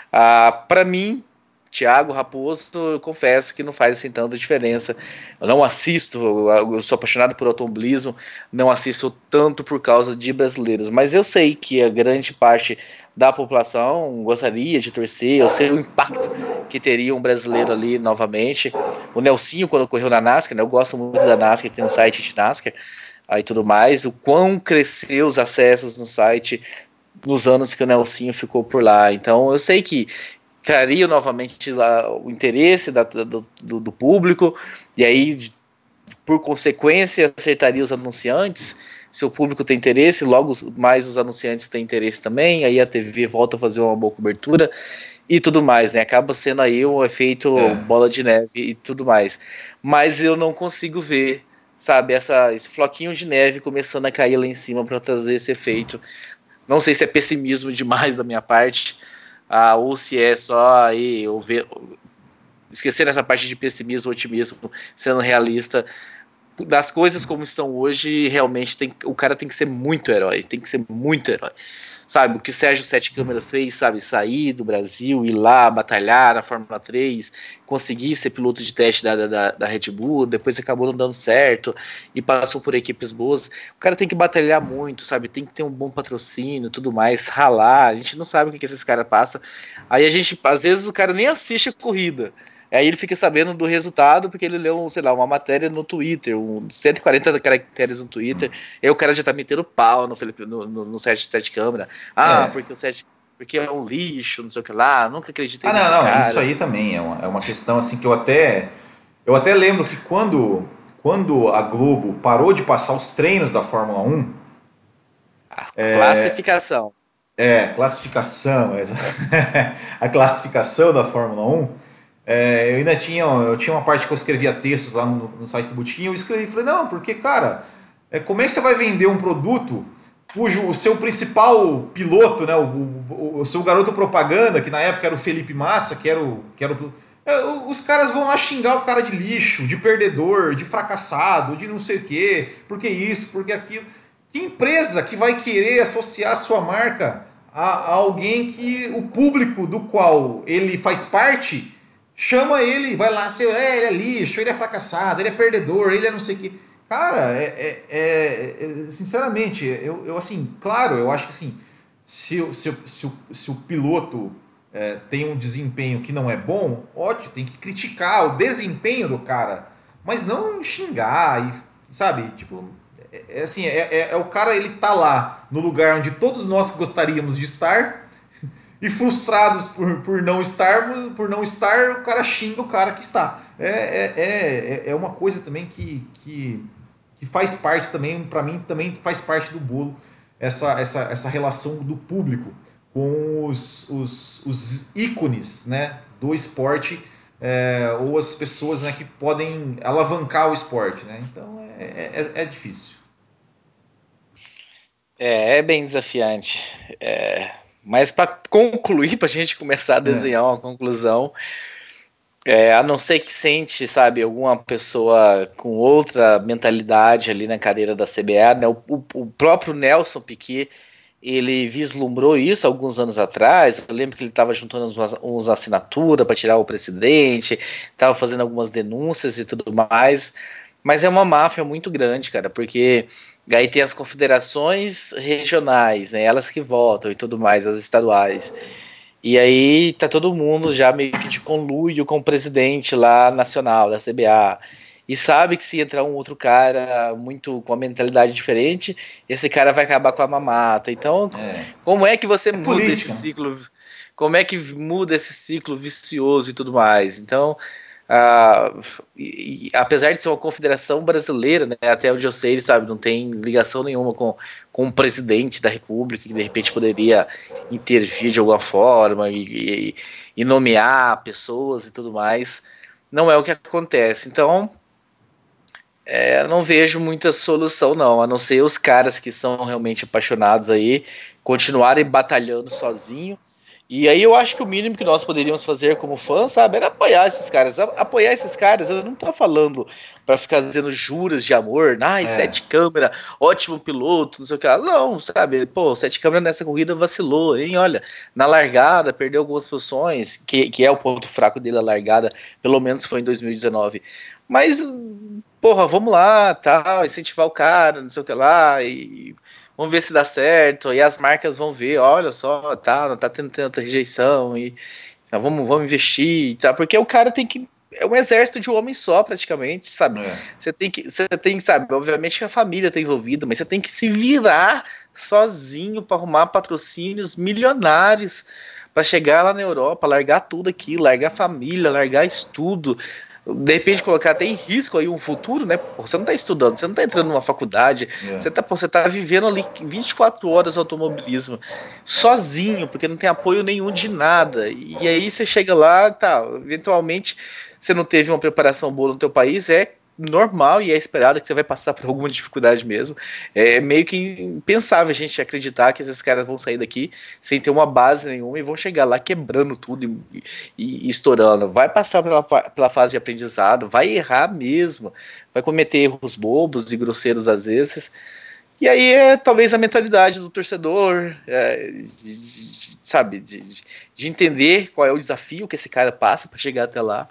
S2: Ah, para mim, Thiago Raposo, eu confesso que não faz assim tanta diferença. Eu não assisto, eu, eu sou apaixonado por automobilismo, não assisto tanto por causa de brasileiros, mas eu sei que a grande parte da população gostaria de torcer, eu sei o impacto que teria um brasileiro ali novamente. O Nelsinho, quando correu na NASCAR, né, eu gosto muito da NASCAR, tem um site de NASCAR, aí tudo mais, o quão cresceu os acessos no site nos anos que o Nelsinho ficou por lá. Então eu sei que traria novamente lá o interesse da, do, do, do público, e aí, por consequência, acertaria os anunciantes. Se o público tem interesse, logo mais os anunciantes têm interesse também, aí a T V volta a fazer uma boa cobertura e tudo mais, né? Acaba sendo aí um efeito é. bola de neve e tudo mais. Mas eu não consigo ver, sabe, essa, esse floquinho de neve começando a cair lá em cima para trazer esse efeito. Não sei se é pessimismo demais da minha parte, ah, ou se é só aí eu ver, esquecer essa parte de pessimismo, otimismo, sendo realista. Das coisas como estão hoje, realmente tem, o cara tem que ser muito herói, tem que ser muito herói, sabe, o que o Sérgio Sete Câmara fez, sabe, sair do Brasil, ir lá, batalhar na Fórmula três, conseguir ser piloto de teste da, da, da Red Bull, depois acabou não dando certo, e passou por equipes boas, o cara tem que batalhar muito, sabe, tem que ter um bom patrocínio, tudo mais, ralar, a gente não sabe o que, que esses caras passam, aí a gente, às vezes o cara nem assiste a corrida, aí ele fica sabendo do resultado porque ele leu, sei lá, uma matéria no Twitter, um cento e quarenta caracteres no Twitter, aí o cara já tá metendo pau no, Felipe, no, no, no Sete, Sete Câmara. Ah, é. porque o Sete, porque é um lixo, não sei o que lá, nunca acreditei
S3: ah,
S2: nesse
S3: não, não,
S2: cara.
S3: Isso aí também é uma, é uma questão assim que eu até, eu até lembro que quando, quando a Globo parou de passar os treinos da Fórmula um...
S2: A é, classificação.
S3: É, classificação, a classificação da Fórmula um... É, eu ainda tinha, eu tinha uma parte que eu escrevia textos lá no, no site do Butim, eu escrevi e falei, não, porque, cara, é, como é que você vai vender um produto cujo o seu principal piloto, né, o, o, o seu garoto propaganda, que na época era o Felipe Massa, que era o... Que era o é, os caras vão lá xingar o cara de lixo, de perdedor, de fracassado, de não sei o quê, porque isso, porque aquilo. Que empresa que vai querer associar a sua marca a, a alguém que o público do qual ele faz parte... Chama ele, vai lá, seu, é, ele é lixo, ele é fracassado, ele é perdedor, ele é não sei o que. Cara, é, é, é, sinceramente, eu, eu assim, claro, eu acho que assim, se, se, se, o, se o piloto é, tem um desempenho que não é bom, ótimo, tem que criticar o desempenho do cara, mas não xingar, e, sabe? Tipo, é, é assim, é, é, é o cara, ele tá lá no lugar onde todos nós gostaríamos de estar, e frustrados por, por não estar, por não estar, o cara xinga o cara que está. É, é, é, é uma coisa também que, que, que faz parte também, para mim, também faz parte do bolo, essa, essa, essa relação do público com os, os, os ícones, né, do esporte, é, ou as pessoas, né, que podem alavancar o esporte. Né? Então é, é, é difícil.
S2: É, é bem desafiante. É, mas para concluir, para a gente começar a desenhar é. uma conclusão, é, a não ser que sente, sabe, alguma pessoa com outra mentalidade ali na cadeira da C B A, né? O, o, o próprio Nelson Piquet, ele vislumbrou isso alguns anos atrás. Eu lembro que ele estava juntando umas, umas assinaturas para tirar o presidente, estava fazendo algumas denúncias e tudo mais, mas é uma máfia muito grande, cara, porque aí tem as confederações regionais, né, elas que votam e tudo mais, as estaduais. E aí tá todo mundo já meio que de conluio com o presidente lá nacional da C B A. E sabe que se entrar um outro cara muito com uma mentalidade diferente, esse cara vai acabar com a mamata. Então, é. como é que você é muda política. esse ciclo? Como é que muda esse ciclo vicioso e tudo mais? Então, ah, e, e, apesar de ser uma confederação brasileira, né, até onde eu sei, sabe, não tem ligação nenhuma com, com o presidente da República, que de repente poderia intervir de alguma forma e, e, e nomear pessoas e tudo mais, não é o que acontece. Então, é, não vejo muita solução não, a não ser os caras que são realmente apaixonados aí continuarem batalhando sozinho. E aí eu acho que o mínimo que nós poderíamos fazer como fãs, sabe, era apoiar esses caras. Apoiar esses caras, eu não tô falando pra ficar dizendo juras de amor, ai, é. sete câmera, ótimo piloto, não sei o que lá. Não, sabe, pô, sete câmera nessa corrida vacilou, hein, olha, na largada perdeu algumas posições, que, que é o ponto fraco dele, a largada, pelo menos foi em dois mil e dezenove. Mas, porra, vamos lá, tal, incentivar o cara, não sei o que lá, e... vamos ver se dá certo, aí as marcas vão ver, olha só, tá, não tá tendo tanta rejeição, e tá, vamos, vamos investir, tá, porque o cara tem que, é um exército de um homem só, praticamente, sabe, é. você tem que, você tem, sabe, obviamente que a família tá envolvida, mas você tem que se virar sozinho para arrumar patrocínios milionários, para chegar lá na Europa, largar tudo aqui, largar a família, largar estudo, de repente colocar até em risco aí um futuro, né? Pô, você não tá estudando, você não tá entrando numa faculdade, yeah. você, tá, pô, você tá vivendo ali vinte e quatro horas automobilismo sozinho, porque não tem apoio nenhum de nada. E aí você chega lá, tá, eventualmente você não teve uma preparação boa no teu país, é normal e é esperado que você vai passar por alguma dificuldade mesmo. É meio que impensável a gente acreditar que esses caras vão sair daqui sem ter uma base nenhuma e vão chegar lá quebrando tudo e, e, e estourando. Vai passar pela, pela fase de aprendizado, vai errar mesmo, vai cometer erros bobos e grosseiros às vezes. E aí é talvez a mentalidade do torcedor, é, de, de, sabe, de, de entender qual é o desafio que esse cara passa para chegar até lá.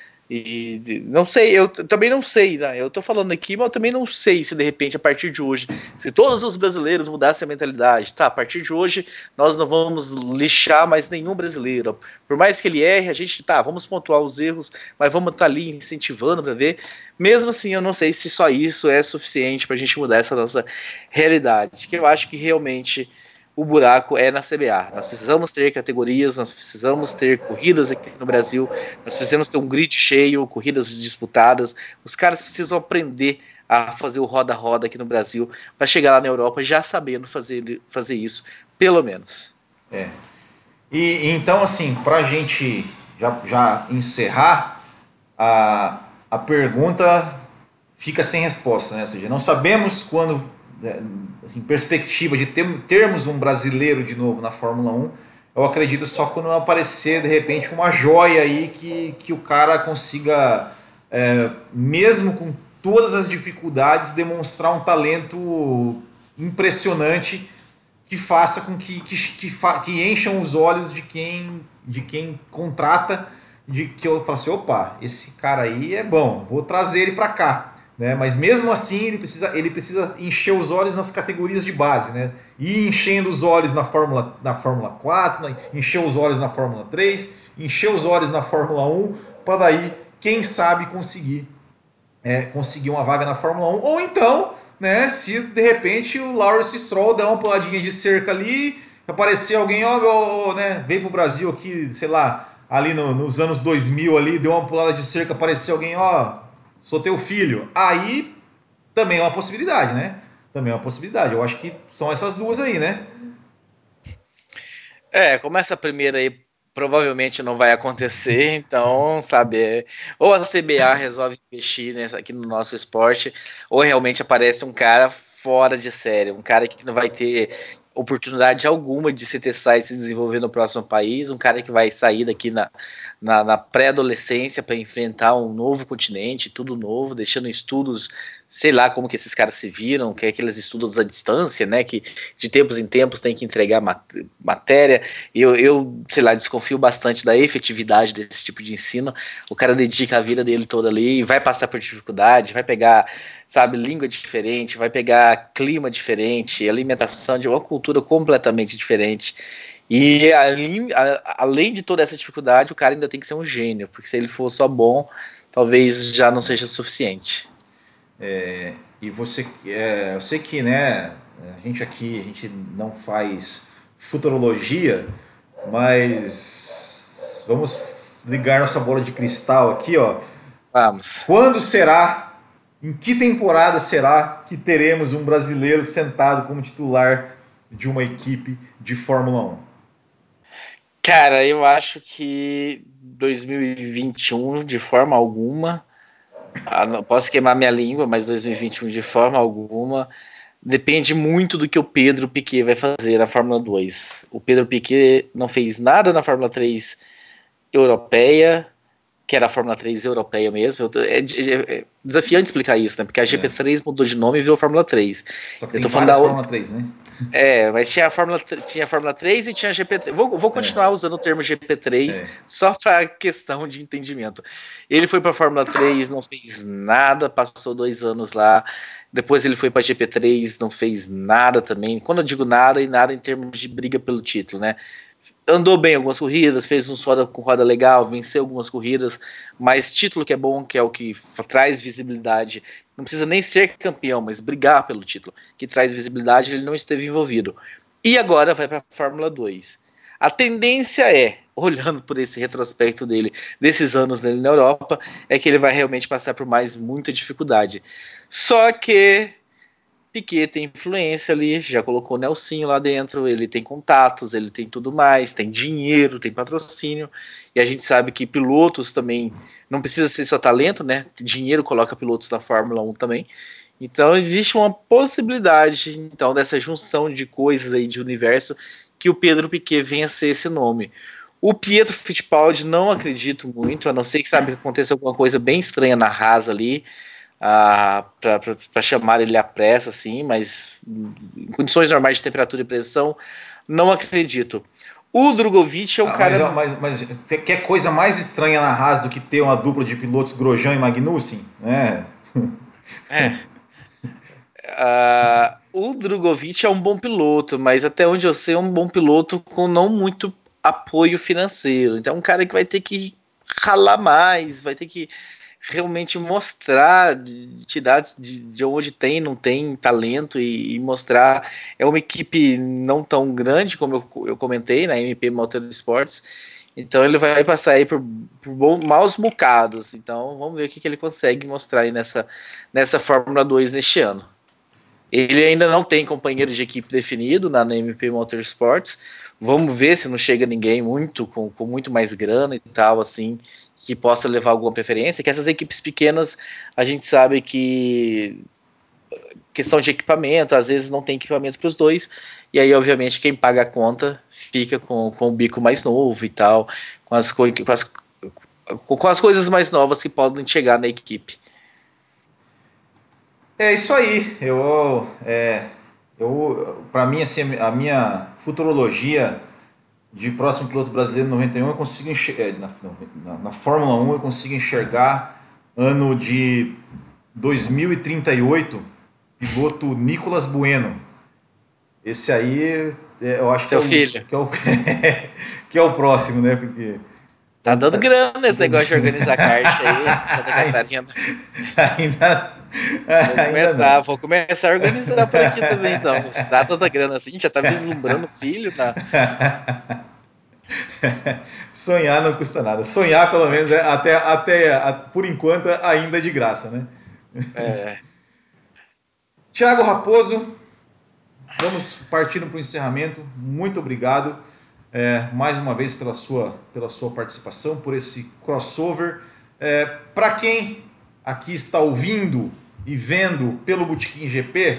S2: E não sei, eu também não sei, né? Eu tô falando aqui, mas eu também não sei se de repente, a partir de hoje, se todos os brasileiros mudassem a mentalidade, tá, a partir de hoje nós não vamos lixar mais nenhum brasileiro, por mais que ele erre, a gente, tá, vamos pontuar os erros, mas vamos estar tá ali incentivando para ver. Mesmo assim, eu não sei se só isso é suficiente pra gente mudar essa nossa realidade, que eu acho que realmente o buraco é na C B A. Nós precisamos ter categorias, nós precisamos ter corridas aqui no Brasil, nós precisamos ter um grid cheio, corridas disputadas. Os caras precisam aprender a fazer o roda-roda aqui no Brasil para chegar lá na Europa já sabendo fazer, fazer isso, pelo menos.
S3: É. E então, assim, para a gente já, já encerrar, a, a pergunta fica sem resposta, né? Ou seja, não sabemos quando... Assim, perspectiva de ter, termos um brasileiro de novo na Fórmula um, eu acredito só quando aparecer de repente uma joia aí que, que o cara consiga, é, mesmo com todas as dificuldades, demonstrar um talento impressionante que faça com que, que, que, fa, que encham os olhos de quem, de quem contrata, de que eu falo assim, opa, esse cara aí é bom, vou trazer ele para cá. Né? Mas mesmo assim ele precisa, ele precisa encher os olhos nas categorias de base, né? E enchendo os olhos na Fórmula, na Fórmula quatro, né? Encher os olhos na Fórmula três, encher os olhos na Fórmula um, para daí, quem sabe, conseguir, é, conseguir uma vaga na Fórmula um, ou então né, se de repente o Lawrence Stroll der uma puladinha de cerca ali, aparecer alguém, ó, ó, né, veio pro Brasil aqui, sei lá, ali no, nos anos dois mil ali, deu uma pulada de cerca, aparecer alguém, ó, sou teu filho. Aí também é uma possibilidade, né? Também é uma possibilidade. Eu acho que são essas duas aí, né?
S2: É, como essa primeira aí provavelmente não vai acontecer, então, sabe, é, ou a C B A resolve investir nessa, aqui no nosso esporte, ou realmente aparece um cara fora de série, um cara que não vai ter oportunidade alguma de se testar e se desenvolver no próximo país, um cara que vai sair daqui na, na, na pré-adolescência para enfrentar um novo continente, tudo novo, deixando estudos, sei lá como que esses caras se viram, que é aqueles estudos à distância, né, que de tempos em tempos tem que entregar mat matéria, eu, eu, sei lá, desconfio bastante da efetividade desse tipo de ensino. O cara dedica a vida dele toda ali, vai passar por dificuldade, vai pegar, sabe, língua diferente, vai pegar clima diferente, alimentação de uma cultura completamente diferente. E além, a, além de toda essa dificuldade, o cara ainda tem que ser um gênio, porque se ele for só bom, talvez já não seja suficiente.
S3: É, e você, é, eu sei que, né, a gente aqui, a gente não faz futurologia, mas vamos ligar nossa bola de cristal aqui, ó.
S2: Vamos.
S3: Quando será, em que temporada será que teremos um brasileiro sentado como titular de uma equipe de Fórmula um?
S2: Cara, eu acho que dois mil e vinte e um, de forma alguma. Ah, não posso queimar minha língua, mas dois mil e vinte e um de forma alguma. Depende muito do que o Pedro Piquet vai fazer na Fórmula dois. O Pedro Piquet não fez nada na Fórmula três europeia, que era a Fórmula três europeia mesmo. É, é, é desafiante explicar isso, né? Porque a G P três é. mudou de nome e virou Fórmula três.
S3: Só que tem várias da... Fórmula três, né?
S2: É, mas tinha a Fórmula, tinha a Fórmula três e tinha a G P três. Vou, vou continuar é. usando o termo G P três é. só para questão de entendimento. Ele foi para a Fórmula três, não fez nada, passou dois anos lá. Depois ele foi para a G P três, não fez nada também. Quando eu digo nada, e nada em termos de briga pelo título, né? Andou bem algumas corridas, fez um roda com roda legal, venceu algumas corridas, mas título que é bom, que é o que traz visibilidade, não precisa nem ser campeão, mas brigar pelo título, que traz visibilidade, ele não esteve envolvido. E agora vai para a Fórmula dois. A tendência é, olhando por esse retrospecto dele, desses anos dele na Europa, é que ele vai realmente passar por mais muita dificuldade. Só que Piquet tem influência ali, já colocou o Nelsinho lá dentro, ele tem contatos, ele tem tudo mais, tem dinheiro, tem patrocínio, e a gente sabe que pilotos também, não precisa ser só talento, né? Dinheiro coloca pilotos na Fórmula um também. Então existe uma possibilidade, então, dessa junção de coisas aí de universo, que o Pedro Piquet venha a ser esse nome. O Pietro Fittipaldi não acredito muito, a não ser que sabe que aconteça alguma coisa bem estranha na Haas ali, Ah, para chamar ele à pressa, assim, mas em condições normais de temperatura e pressão, não acredito. O Drogovic é um ah, cara...
S3: Mas, mas, mas quer coisa mais estranha na Haas do que ter uma dupla de pilotos Grosjean e Magnussen? É.
S2: É. Uh, o Drogovic é um bom piloto, mas até onde eu sei é um bom piloto com não muito apoio financeiro. Então é um cara que vai ter que ralar mais, vai ter que realmente mostrar, tirar de, de onde tem, não tem talento e, e mostrar. É uma equipe não tão grande, como eu, eu comentei, na M P Motorsports, então ele vai passar aí por, por bom, maus bocados. Então vamos ver o que, que ele consegue mostrar aí nessa, nessa Fórmula dois neste ano. Ele ainda não tem companheiro de equipe definido na, na M P Motorsports. Vamos ver se não chega ninguém muito com, com muito mais grana e tal, assim, que possa levar alguma preferência, que essas equipes pequenas, a gente sabe que questão de equipamento, às vezes não tem equipamento para os dois, e aí, obviamente, quem paga a conta fica com, com o bico mais novo e tal, com as, com, as, com as coisas mais novas que podem chegar na equipe.
S3: É isso aí, eu, é, eu para mim, assim, a minha futurologia de próximo piloto brasileiro noventa e um, eu consigo enxergar, na, na, na Fórmula um eu consigo enxergar ano de dois mil e trinta e oito, piloto Nicolas Bueno. Esse aí, eu acho que é, o,
S2: filho.
S3: Que, é o, que é o próximo, né? Porque
S2: tá dando grana esse negócio de organizar kart aí, Santa Catarina.
S3: Ainda,
S2: Vou começar, vou começar a organizar por aqui também, então. Se dá tanta grana assim, já tá vislumbrando filho, tá?
S3: Sonhar não custa nada. Sonhar, pelo menos, é até, até por enquanto, ainda é de graça, né?
S2: É.
S3: Thiago Raposo, vamos partindo para o encerramento. Muito obrigado é, mais uma vez pela sua, pela sua participação, por esse crossover. É, para quem aqui está ouvindo e vendo pelo Botequim G P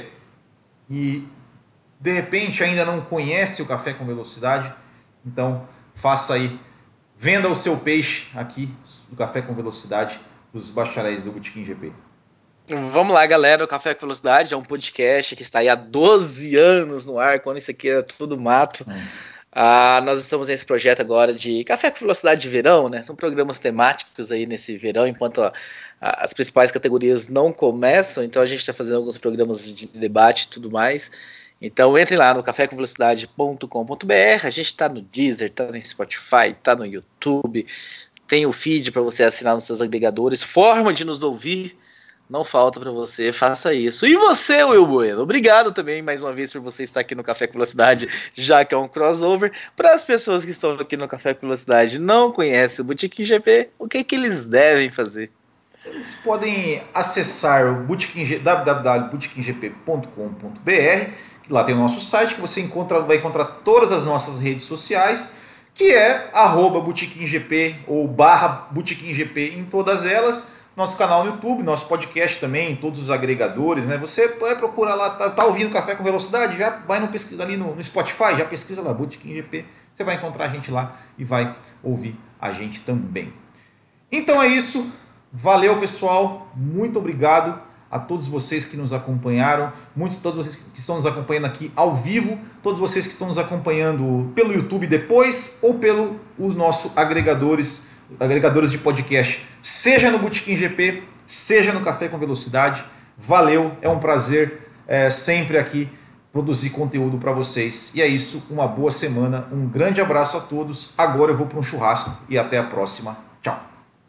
S3: e de repente ainda não conhece o Café com Velocidade, então faça aí, venda o seu peixe aqui do Café com Velocidade dos bacharéis do Botequim G P.
S2: Vamos lá, galera, o Café com Velocidade é um podcast que está aí há doze anos no ar, quando isso aqui era tudo mato. Hum. Ah, nós estamos nesse projeto agora de Café com Velocidade de verão, né? São programas temáticos aí nesse verão, enquanto a, a, as principais categorias não começam, então a gente está fazendo alguns programas de debate e tudo mais. Então entre lá no café com velocidade ponto com ponto b r, a gente está no Deezer, está no Spotify, está no YouTube, tem o feed para você assinar nos seus agregadores, forma de nos ouvir, não falta para você, faça isso. E você, Will Bueno, obrigado também mais uma vez por você estar aqui no Café com Velocidade, já que é um crossover. Para as pessoas que estão aqui no Café com Velocidade e não conhecem o Botequim G P, o que, que eles devem fazer?
S3: Eles podem acessar o Botequim, w w w ponto botequim g p ponto com ponto b r, que lá tem o nosso site, que você encontra, vai encontrar todas as nossas redes sociais, que é arroba botequimgp ou barra botequimgp em todas elas. Nosso canal no YouTube, nosso podcast também, todos os agregadores, né? Você vai procurar lá, tá, tá ouvindo Café com Velocidade? Já vai no pesquisa ali no, no Spotify, já pesquisa lá, Botequim G P. Você vai encontrar a gente lá e vai ouvir a gente também. Então é isso. Valeu, pessoal. Muito obrigado a todos vocês que nos acompanharam, muitos todos vocês que estão nos acompanhando aqui ao vivo, todos vocês que estão nos acompanhando pelo YouTube depois ou pelos nossos agregadores, agregadores de podcast, seja no Botequim G P, seja no Café com Velocidade. Valeu, é um prazer é, sempre aqui produzir conteúdo para vocês. E é isso, uma boa semana, um grande abraço a todos. Agora eu vou para um churrasco e até a próxima. Tchau.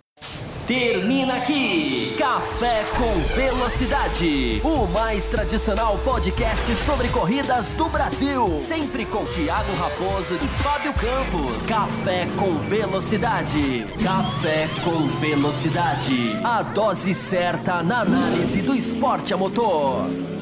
S1: Termina aqui Café com Velocidade, o mais tradicional podcast sobre corridas do Brasil, sempre com Thiago Raposo e Fábio Campos. Café com Velocidade, Café com Velocidade, a dose certa na análise do esporte a motor.